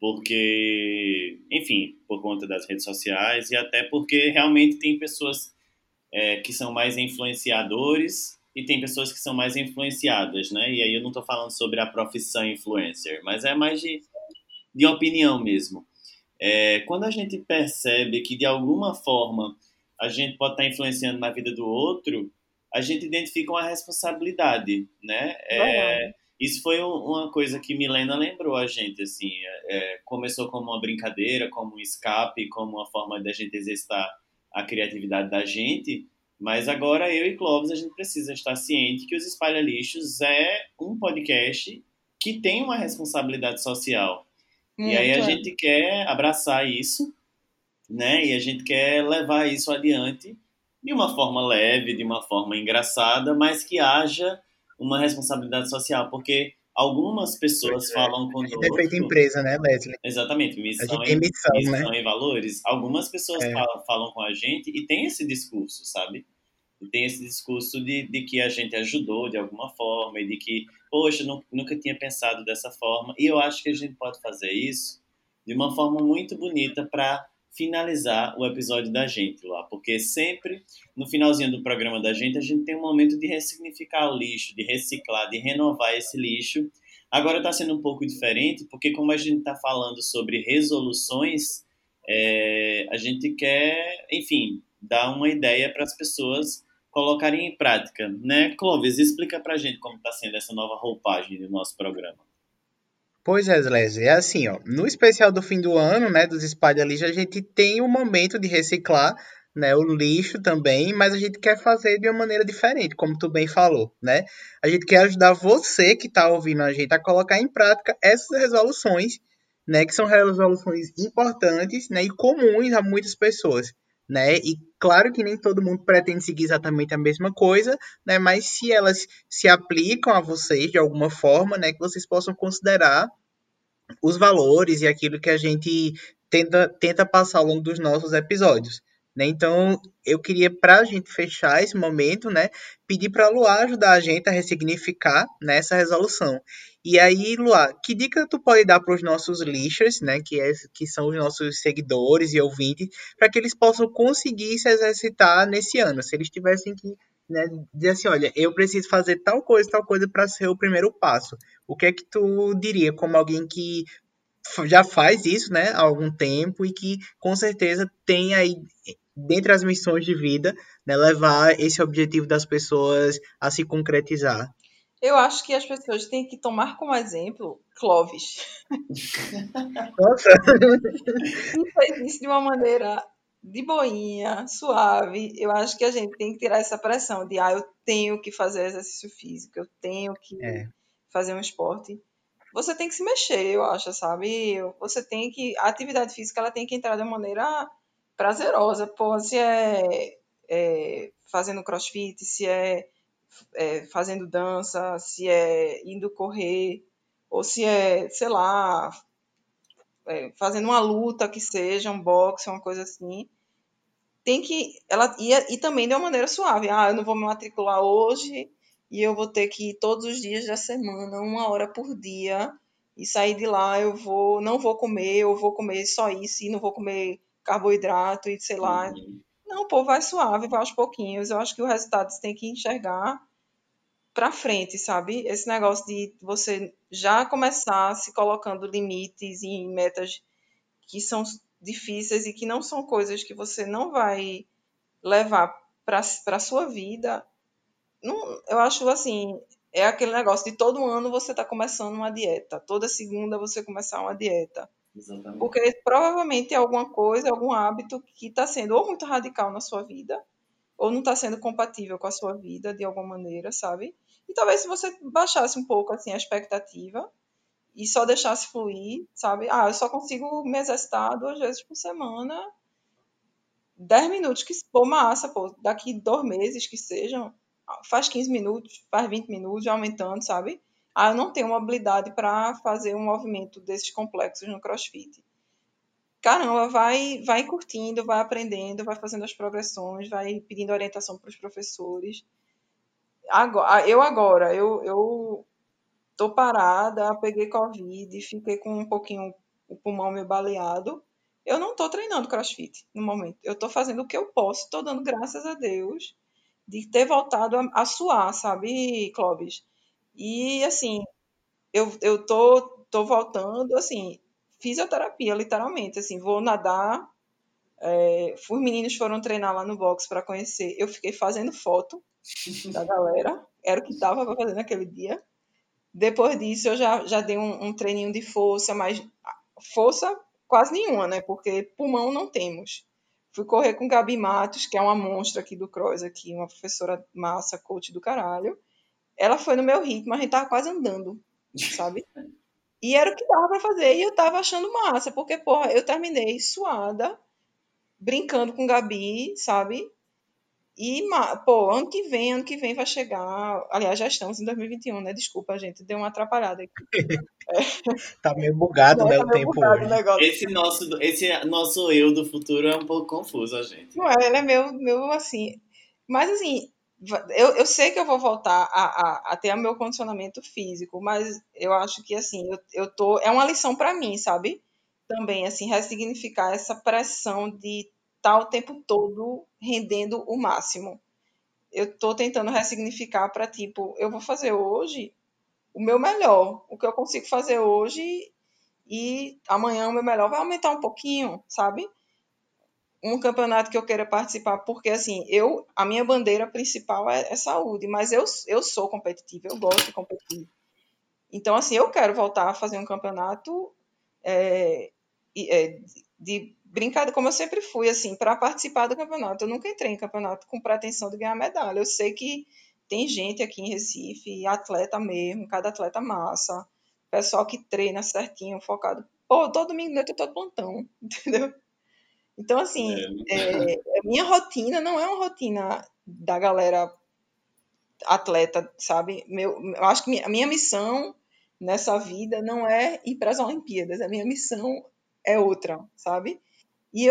porque, enfim, por conta das redes sociais e até porque realmente tem pessoas que são mais influenciadores e tem pessoas que são mais influenciadas, né? E aí eu não estou falando sobre a profissão influencer, mas é mais de opinião mesmo. Quando a gente percebe que de alguma forma a gente pode estar influenciando na vida do outro, a gente identifica uma responsabilidade, né? Verdade. Isso foi uma coisa que Milena lembrou a gente, assim, começou como uma brincadeira, como um escape, como uma forma da gente exercitar a criatividade da gente, mas agora eu e Clóvis a gente precisa estar ciente que os Espalha Lixos é um podcast que tem uma responsabilidade social. E aí a Muito, é. gente quer abraçar isso, né? E a gente quer levar isso adiante de uma forma leve, de uma forma engraçada, mas que haja uma responsabilidade social, porque algumas Pois pessoas é. falam A gente é feito conosco, empresa, né, Leslie? exatamente, A gente tem missão, né? missão e valores. Algumas pessoas É. falam com a gente e tem esse discurso, sabe? E tem esse discurso de que a gente ajudou de alguma forma e de que, poxa, nunca tinha pensado dessa forma. E eu acho que a gente pode fazer isso de uma forma muito bonita para finalizar o episódio da gente lá, porque sempre no finalzinho do programa da gente a gente tem um momento de ressignificar o lixo, de reciclar, de renovar esse lixo. Agora está sendo um pouco diferente, porque como a gente está falando sobre resoluções, a gente quer, enfim, dar uma ideia para as pessoas colocarem em prática, né? Clóvis, explica pra gente como está sendo essa nova roupagem do nosso programa. Pois é, Leslie, é assim, ó, no especial do fim do ano, né, dos Espalha Lixo, a gente tem um momento de reciclar, né, o lixo também, mas a gente quer fazer de uma maneira diferente, como tu bem falou, né? A gente quer ajudar você que está ouvindo a gente a colocar em prática essas resoluções, né, que são resoluções importantes, né, e comuns a muitas pessoas, né? E claro que nem todo mundo pretende seguir exatamente a mesma coisa, né, mas se elas se aplicam a vocês de alguma forma, né, que vocês possam considerar os valores e aquilo que a gente tenta passar ao longo dos nossos episódios, né? Então, eu queria, para a gente fechar esse momento, né, pedir para a Luá ajudar a gente a ressignificar, né, essa resolução. E aí, Luá, que dica tu pode dar para os nossos lixers, né, que são os nossos seguidores e ouvintes, para que eles possam conseguir se exercitar nesse ano? Se eles tivessem que, né, dizer assim, olha, eu preciso fazer tal coisa para ser o primeiro passo. O que é que tu diria como alguém que já faz isso, né, há algum tempo e que com certeza tem aí dentre as missões de vida, né, levar esse objetivo das pessoas a se concretizar? Eu acho que as pessoas têm que tomar como exemplo Clovis. Nossa, E fez isso de uma maneira de boinha, suave. Eu acho que a gente tem que tirar essa pressão de, eu tenho que fazer exercício físico, eu tenho que é, fazer um esporte. Você tem que se mexer, eu acho, sabe? Você tem que. A atividade física ela tem que entrar de uma maneira prazerosa. Pô, se é fazendo crossfit, se é fazendo dança, se é indo correr, ou se é, sei lá, fazendo uma luta que seja, um boxe, uma coisa assim. Tem que. Ela ia, e também de uma maneira suave. Eu não vou me matricular hoje e eu vou ter que ir todos os dias da semana, 1 hora por dia, e sair de lá não vou comer, eu vou comer só isso e não vou comer carboidrato e sei lá. Uhum. Não, pô, vai suave, vai aos pouquinhos. Eu acho que o resultado você tem que enxergar para frente, sabe? Esse negócio de você já começar se colocando limites e metas que são difíceis e que não são coisas que você não vai levar para a sua vida. Não, eu acho assim, é aquele negócio de todo ano você está começando uma dieta, toda segunda você começar uma dieta. Exatamente. Porque provavelmente é alguma coisa, algum hábito que está sendo ou muito radical na sua vida, ou não está sendo compatível com a sua vida de alguma maneira, sabe? E talvez se você baixasse um pouco assim a expectativa e só deixasse fluir, sabe? Eu só consigo me exercitar 2 vezes por semana, 10 minutos, que pô, massa, pô, daqui 2 meses que sejam, faz 15 minutos, faz 20 minutos, aumentando, sabe? Eu não tenho uma habilidade para fazer um movimento desses complexos no CrossFit. Caramba, vai curtindo, vai aprendendo, vai fazendo as progressões, vai pedindo orientação para os professores. Eu tô parada, peguei Covid, fiquei com um pouquinho o pulmão meio baleado. Eu não tô treinando CrossFit no momento. Eu tô fazendo o que eu posso, tô dando graças a Deus de ter voltado a suar, sabe, Clóvis? E assim, eu tô voltando, assim, fisioterapia, literalmente, assim, vou nadar. Os meninos foram treinar lá no box para conhecer. Eu fiquei fazendo foto da galera, era o que dava para fazer naquele dia. Depois disso, eu já dei um treininho de força, mas força quase nenhuma, né? Porque pulmão não temos. Fui correr com Gabi Matos, que é uma monstra aqui do Cross, aqui, uma professora massa, coach do caralho. Ela foi no meu ritmo, a gente tava quase andando, sabe? E era o que dava pra fazer, e eu tava achando massa, porque, porra, eu terminei suada, brincando com Gabi, sabe? E, pô, ano que vem vai chegar. Aliás, já estamos em 2021, né? Desculpa, gente, deu uma atrapalhada aqui. tá meio bugado, né, Tá o meio tempo bugado o hoje. negócio. Esse nosso eu do futuro é um pouco confuso, a gente. Não é, ele é meu assim. Mas assim, eu sei que eu vou voltar a ter o meu condicionamento físico, mas eu acho que assim, eu tô. É uma lição para mim, sabe? Também, assim, ressignificar essa pressão de estar o tempo todo rendendo o máximo. Eu tô tentando ressignificar para tipo, eu vou fazer hoje o meu melhor, o que eu consigo fazer hoje, e amanhã o meu melhor vai aumentar um pouquinho, sabe? Um campeonato que eu queira participar, porque assim, a minha bandeira principal é saúde, mas eu sou competitiva, eu gosto de competir. Então, assim, eu quero voltar a fazer um campeonato é, de brincadeira, como eu sempre fui, assim, para participar do campeonato. Eu nunca entrei em campeonato com pretensão de ganhar medalha. Eu sei que tem gente aqui em Recife, atleta mesmo, cada atleta massa, pessoal que treina certinho, focado. Pô, todo domingo de noite eu tô de plantão, entendeu? Então, assim, a minha rotina não é uma rotina da galera atleta, sabe? Eu acho que a minha missão nessa vida não é ir para as Olimpíadas, a minha missão é outra, sabe? E eu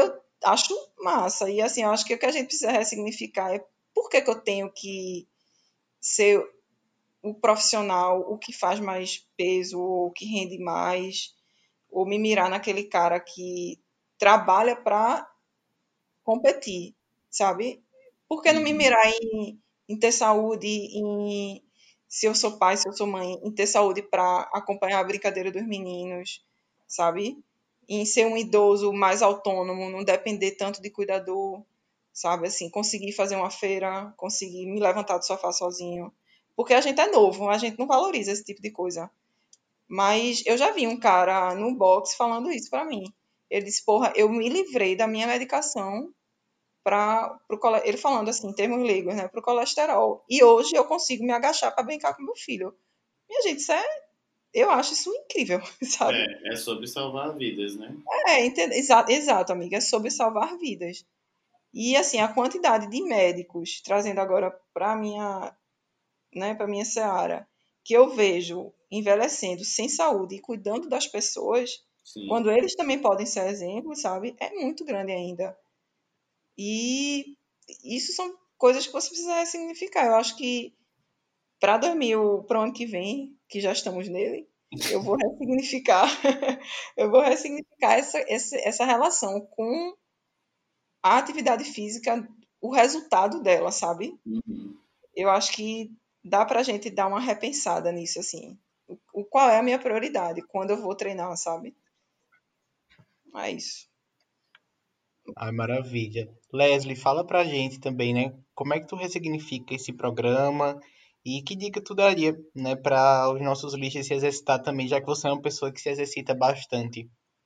acho massa. E assim, eu acho que o que a gente precisa ressignificar é por que eu tenho que ser o profissional, o que faz mais peso, ou o que rende mais, ou me mirar naquele cara que trabalha para competir, sabe? Por que não me mirar em ter saúde, em se eu sou pai, se eu sou mãe, em ter saúde para acompanhar a brincadeira dos meninos, sabe? Em ser um idoso mais autônomo, não depender tanto de cuidador, sabe? Assim, conseguir fazer uma feira, conseguir me levantar do sofá sozinho. Porque a gente é novo, a gente não valoriza esse tipo de coisa. Mas eu já vi um cara no box falando isso pra mim. Ele disse, porra, eu me livrei da minha medicação ele falando assim, em termos leigos, né, pro colesterol. E hoje eu consigo me agachar para brincar com meu filho. Minha gente, eu acho isso incrível, sabe? É sobre salvar vidas, né? Exato, amiga, é sobre salvar vidas. E assim, a quantidade de médicos, trazendo agora para minha, né, para minha seara, que eu vejo envelhecendo sem saúde e cuidando das pessoas, Sim. quando eles também podem ser exemplos, sabe? É muito grande ainda. E isso são coisas que você precisa ressignificar. Eu acho que para o ano que vem, que já estamos nele, eu vou ressignificar, eu vou ressignificar essa relação com a atividade física, o resultado dela, sabe? Uhum. Eu acho que dá pra gente dar uma repensada nisso, assim. Qual é a minha prioridade quando eu vou treinar, sabe? É isso. Ai, maravilha. Leslie, fala pra gente também, né? Como é que tu ressignifica esse programa e que dica tu daria, né, para os nossos lixos se exercitar também, já que você é uma pessoa que se exercita bastante.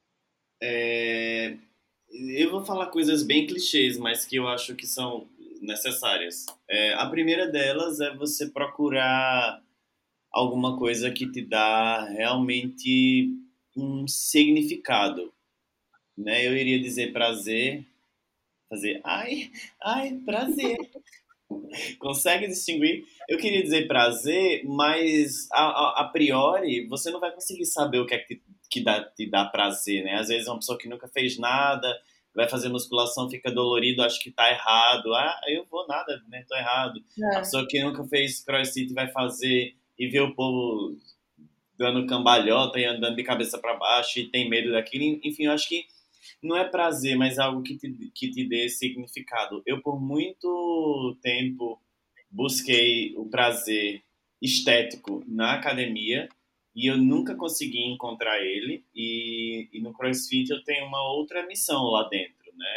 É, eu vou falar coisas bem clichês, mas que eu acho que são necessárias. A primeira delas é você procurar alguma coisa que te dá realmente um significado, né? Eu iria dizer prazer, fazer ai, prazer. Consegue distinguir? Eu queria dizer prazer, mas a priori você não vai conseguir saber o que é te dá prazer, né? Às vezes uma pessoa que nunca fez nada vai fazer musculação, fica dolorido, acha que tá errado. Ah, eu vou nada, né? Tô errado. A É. pessoa que nunca fez crossfit vai fazer e vê o povo dando cambalhota e andando de cabeça para baixo e tem medo daquilo. Enfim, eu acho que não é prazer, mas algo que te dê significado. Eu, por muito tempo, busquei o prazer estético na academia e eu nunca consegui encontrar ele. E no CrossFit eu tenho uma outra missão lá dentro, né?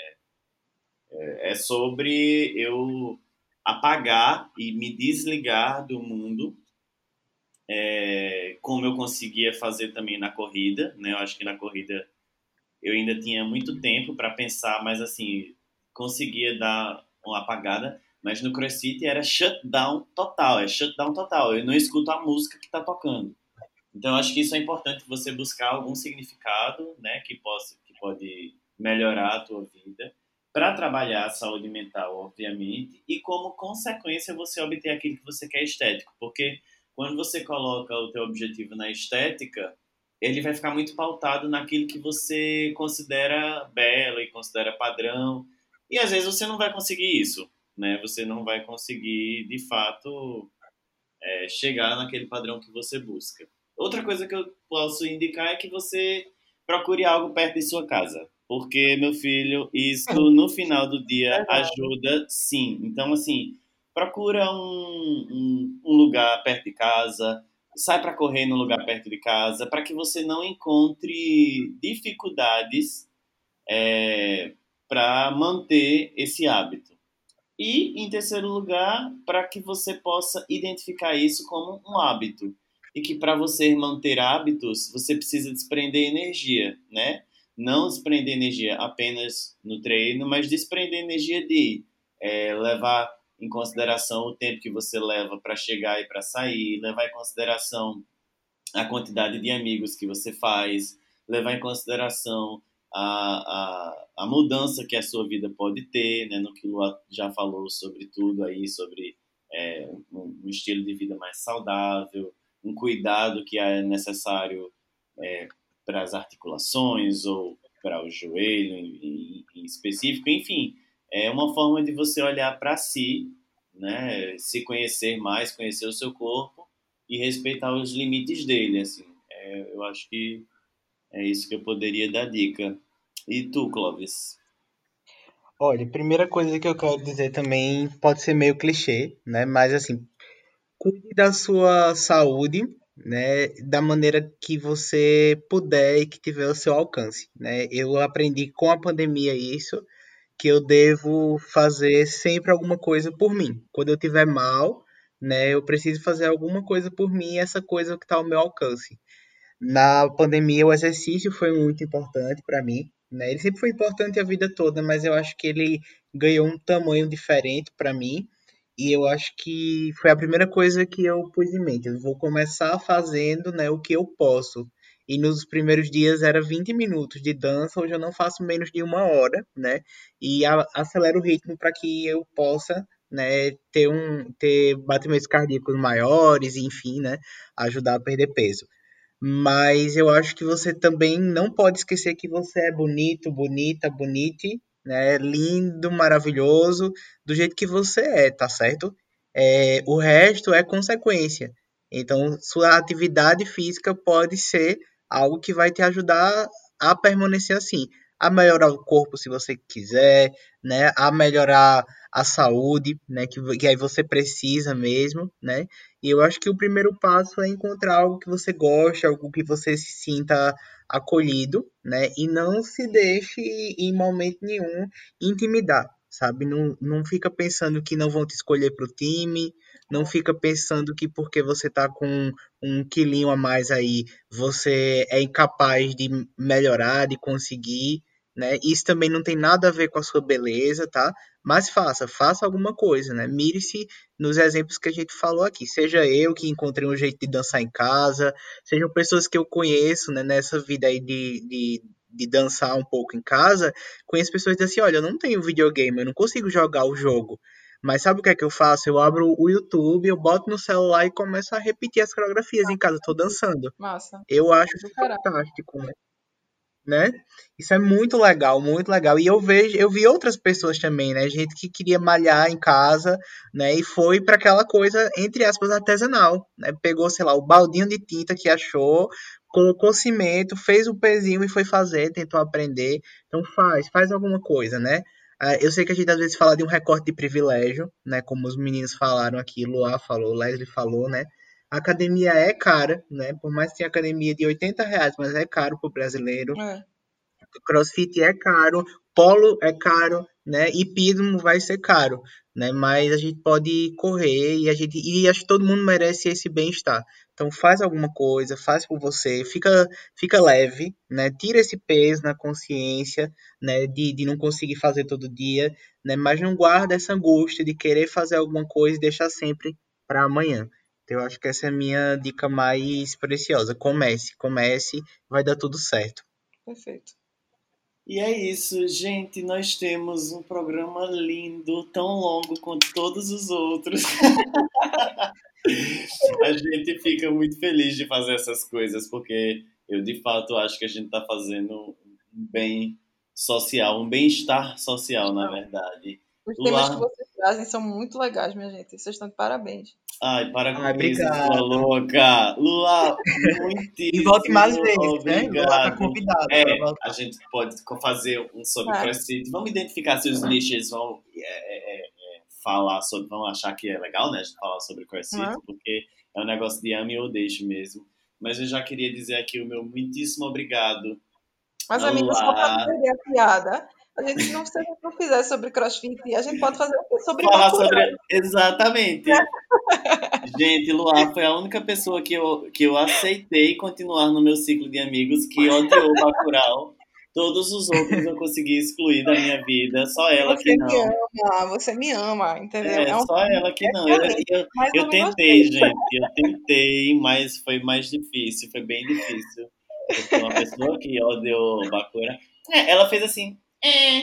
É sobre eu apagar e me desligar do mundo, como eu conseguia fazer também na corrida, né? Eu acho que na corrida eu ainda tinha muito tempo para pensar, mas assim, conseguia dar uma apagada. Mas no CrossFit era shutdown total, é shutdown total. Eu não escuto a música que está tocando. Então, eu acho que isso é importante, você buscar algum significado, né, que pode melhorar a tua vida, para trabalhar a saúde mental, obviamente, e como consequência você obter aquilo que você quer estético, porque quando você coloca o teu objetivo na estética, ele vai ficar muito pautado naquilo que você considera belo e considera padrão, e às vezes você não vai conseguir isso, né? Você não vai conseguir, de fato, chegar naquele padrão que você busca. Outra coisa que eu posso indicar é que você procure algo perto de sua casa. Porque, meu filho, isso no final do dia Verdade. ajuda sim. Então, assim, procura um lugar perto de casa, sai para correr no lugar perto de casa, para que você não encontre dificuldades para manter esse hábito. E, em terceiro lugar, para que você possa identificar isso como um hábito. E que para você manter hábitos, você precisa desprender energia, né? Não desprender energia apenas no treino, mas desprender energia de levar em consideração o tempo que você leva para chegar e para sair, levar em consideração a quantidade de amigos que você faz, levar em consideração a mudança que a sua vida pode ter, né, no que o Lua já falou sobre tudo aí, sobre um estilo de vida mais saudável, um cuidado que é necessário para as articulações ou para o joelho em específico. Enfim, é uma forma de você olhar para si, né? Se conhecer mais, conhecer o seu corpo e respeitar os limites dele, assim. Eu acho que é isso que eu poderia dar dica. E tu, Clóvis? Olha, primeira coisa que eu quero dizer também pode ser meio clichê, né? Mas assim, cuide da sua saúde, né? Da maneira que você puder e que tiver ao seu alcance, né? Eu aprendi com a pandemia isso, que eu devo fazer sempre alguma coisa por mim. Quando eu estiver mal, né? Eu preciso fazer alguma coisa por mim e essa coisa que está ao meu alcance. Na pandemia, o exercício foi muito importante para mim, né? Ele sempre foi importante a vida toda, mas eu acho que ele ganhou um tamanho diferente para mim. E eu acho que foi a primeira coisa que eu pus em mente. Eu vou começar fazendo, né, o que eu posso. E nos primeiros dias era 20 minutos de dança, hoje eu não faço menos de uma hora, né? E acelero o ritmo para que eu possa, né, ter batimentos cardíacos maiores, enfim, né, ajudar a perder peso. Mas eu acho que você também não pode esquecer que você é bonito, bonita, bonite, né? Lindo, maravilhoso, do jeito que você é, tá certo? O resto é consequência. Então, sua atividade física pode ser algo que vai te ajudar a permanecer assim, a melhorar o corpo se você quiser, né? A melhorar a saúde, né? Que aí você precisa mesmo, né? E eu acho que o primeiro passo é encontrar algo que você goste, algo que você se sinta acolhido, né? E não se deixe em momento nenhum intimidar, sabe? Não fica pensando que não vão te escolher para o time, não fica pensando que porque você tá com um quilinho a mais aí, você é incapaz de melhorar, de conseguir, né? Isso também não tem nada a ver com a sua beleza, tá? Mas faça alguma coisa, né? Mire-se nos exemplos que a gente falou aqui. Seja eu que encontrei um jeito de dançar em casa, sejam pessoas que eu conheço, né, nessa vida aí de dançar um pouco em casa, conheço pessoas que dizem assim, olha, eu não tenho videogame, eu não consigo jogar o jogo. Mas sabe o que é que eu faço? Eu abro o YouTube, eu boto no celular e começo a repetir as coreografias em casa, eu tô dançando. Massa. Eu acho Do isso caralho. fantástico, né? Isso é muito legal, muito legal. E eu vi outras pessoas também, né? Gente que queria malhar em casa, né? E foi para aquela coisa, entre aspas, artesanal, né? Pegou, sei lá, o baldinho de tinta que achou, colocou cimento, fez o pezinho e foi fazer, tentou aprender. Então faz alguma coisa, né? Eu sei que a gente às vezes fala de um recorte de privilégio, né? Como os meninos falaram aqui, Luá falou, Leslie falou, né? A academia é cara, né? Por mais que tenha academia de R$ 80, mas é caro para o brasileiro. É, CrossFit é caro, polo é caro, né? Hipismo vai ser caro, né? Mas a gente pode correr e acho que todo mundo merece esse bem-estar. Então faz alguma coisa, faz por você, fica leve, né? Tira esse peso na consciência, né? De não conseguir fazer todo dia, né? Mas não guarda essa angústia de querer fazer alguma coisa e deixar sempre para amanhã. Então, eu acho que essa é a minha dica mais preciosa. Comece, vai dar tudo certo. perfeito. E é isso, gente. Nós temos um programa lindo, tão longo quanto todos os outros. A gente fica muito feliz de fazer essas coisas, porque eu de fato acho que a gente está fazendo um bem social, um bem-estar social, na verdade. Os temas que Luar, vocês trazem são muito legais, minha gente. Vocês estão de parabéns. ai, para Ai, com isso, sua obrigado. louca. Luar, E volte mais muitíssimo vezes, né? Lula tá obrigado. convidado para A voltar. gente pode fazer um sobre É, CrossFit. Vamos identificar se os nichos vão falar sobre, vão achar que é legal, né? A gente falar sobre não CrossFit, é? porque é um negócio de ame ou deixe mesmo. Mas eu já queria dizer aqui o meu muitíssimo obrigado Mas, a amigo, só para não Luar. perder a piada, a gente não sei o que eu fizer sobre CrossFit, a gente pode fazer o quê? Sobre Falar Bacurau. sobre. Exatamente. Gente, Luar foi a única pessoa que eu aceitei continuar no meu ciclo de amigos que odiou Bacurau. Todos os outros eu consegui excluir da minha vida, só ela que não. Você me ama, entendeu? É um Só ela que não. Eu, excelente, eu, mas eu eu não tentei, gostei. gente. Eu tentei, mas foi mais difícil. Foi bem difícil. Porque uma pessoa que odiou Bakura. Ela fez assim.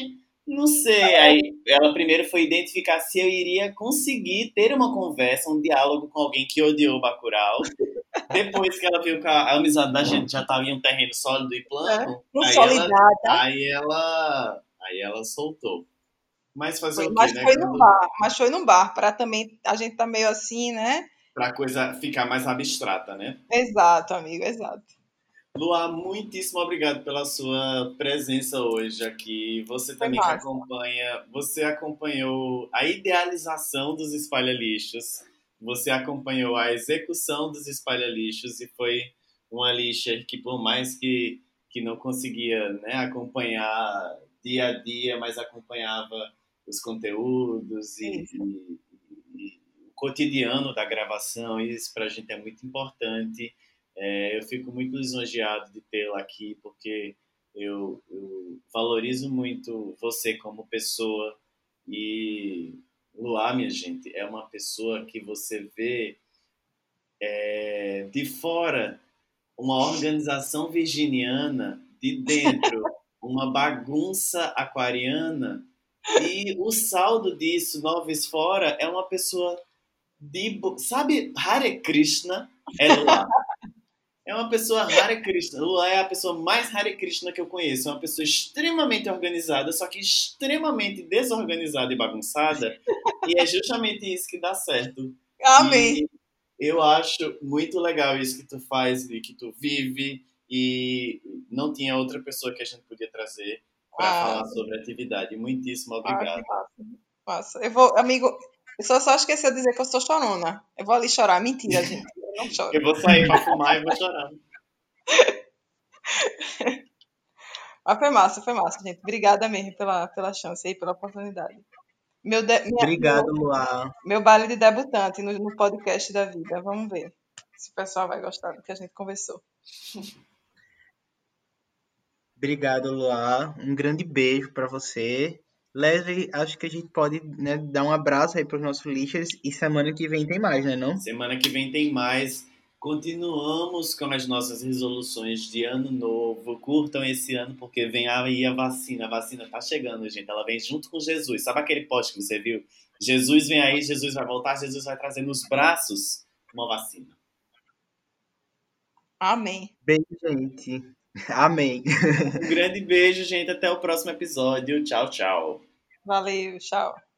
Não sei. Aí ela primeiro foi identificar se eu iria conseguir ter uma conversa, um diálogo com alguém que odiou Bacurau. Depois que ela viu que a amizade da gente já estava em um terreno sólido e plano, Consolidada. aí ela soltou. Mas fazer Foi, o quê, né? mas foi num bar, para também a gente tá meio assim, né? Pra coisa ficar mais abstrata, né? Exato, amigo, exato. Luá, muitíssimo obrigado pela sua presença hoje aqui. Você Foi também que massa. acompanha, você acompanhou a idealização dos espalha-lixos, você acompanhou a execução dos espalha-lixos e foi uma lixa que por mais que não conseguia, né, acompanhar dia a dia, mas acompanhava os conteúdos Isso. e o cotidiano da gravação. Isso para a gente é muito importante. Eu fico muito lisonjeado de tê-la aqui, porque eu valorizo muito você como pessoa. E Luá, minha gente, é uma pessoa que você vê de fora uma organização virginiana, de dentro uma bagunça aquariana, e o saldo disso, Noves fora, é uma pessoa de... Sabe, Hare Krishna é Luá. É uma pessoa Hare Krishna. Lula é a pessoa mais Hare Krishna que eu conheço. É uma pessoa extremamente organizada, só que extremamente desorganizada e bagunçada. E é justamente isso que dá certo. Amém. E eu acho muito legal isso que tu faz e que tu vive. E não tinha outra pessoa que a gente podia trazer para Ah, falar sobre atividade. Muitíssimo que obrigado. massa. Massa. Eu vou, amigo, eu só esqueci de dizer que eu sou chorona. Eu vou ali chorar. Mentira, gente. Eu não choro. Eu vou sair para fumar e vou chorar. Mas foi massa, gente. Obrigada mesmo pela chance e pela oportunidade. Obrigado, Luá. Meu baile de debutante no podcast da vida. Vamos ver se o pessoal vai gostar do que a gente conversou. Obrigado, Luá. Um grande beijo para você. Leslie, acho que a gente pode, né, dar um abraço aí para os nossos lixers e semana que vem tem mais, né, não? Semana que vem tem mais. Continuamos com as nossas resoluções de ano novo. Curtam esse ano porque vem aí a vacina. A vacina tá chegando, gente. Ela vem junto com Jesus. Sabe aquele post que você viu? Jesus vem aí, Jesus vai voltar, Jesus vai trazer nos braços uma vacina. Amém. Beijo, gente. Amém. Um grande beijo, gente. Até o próximo episódio. Tchau, tchau. Valeu, tchau.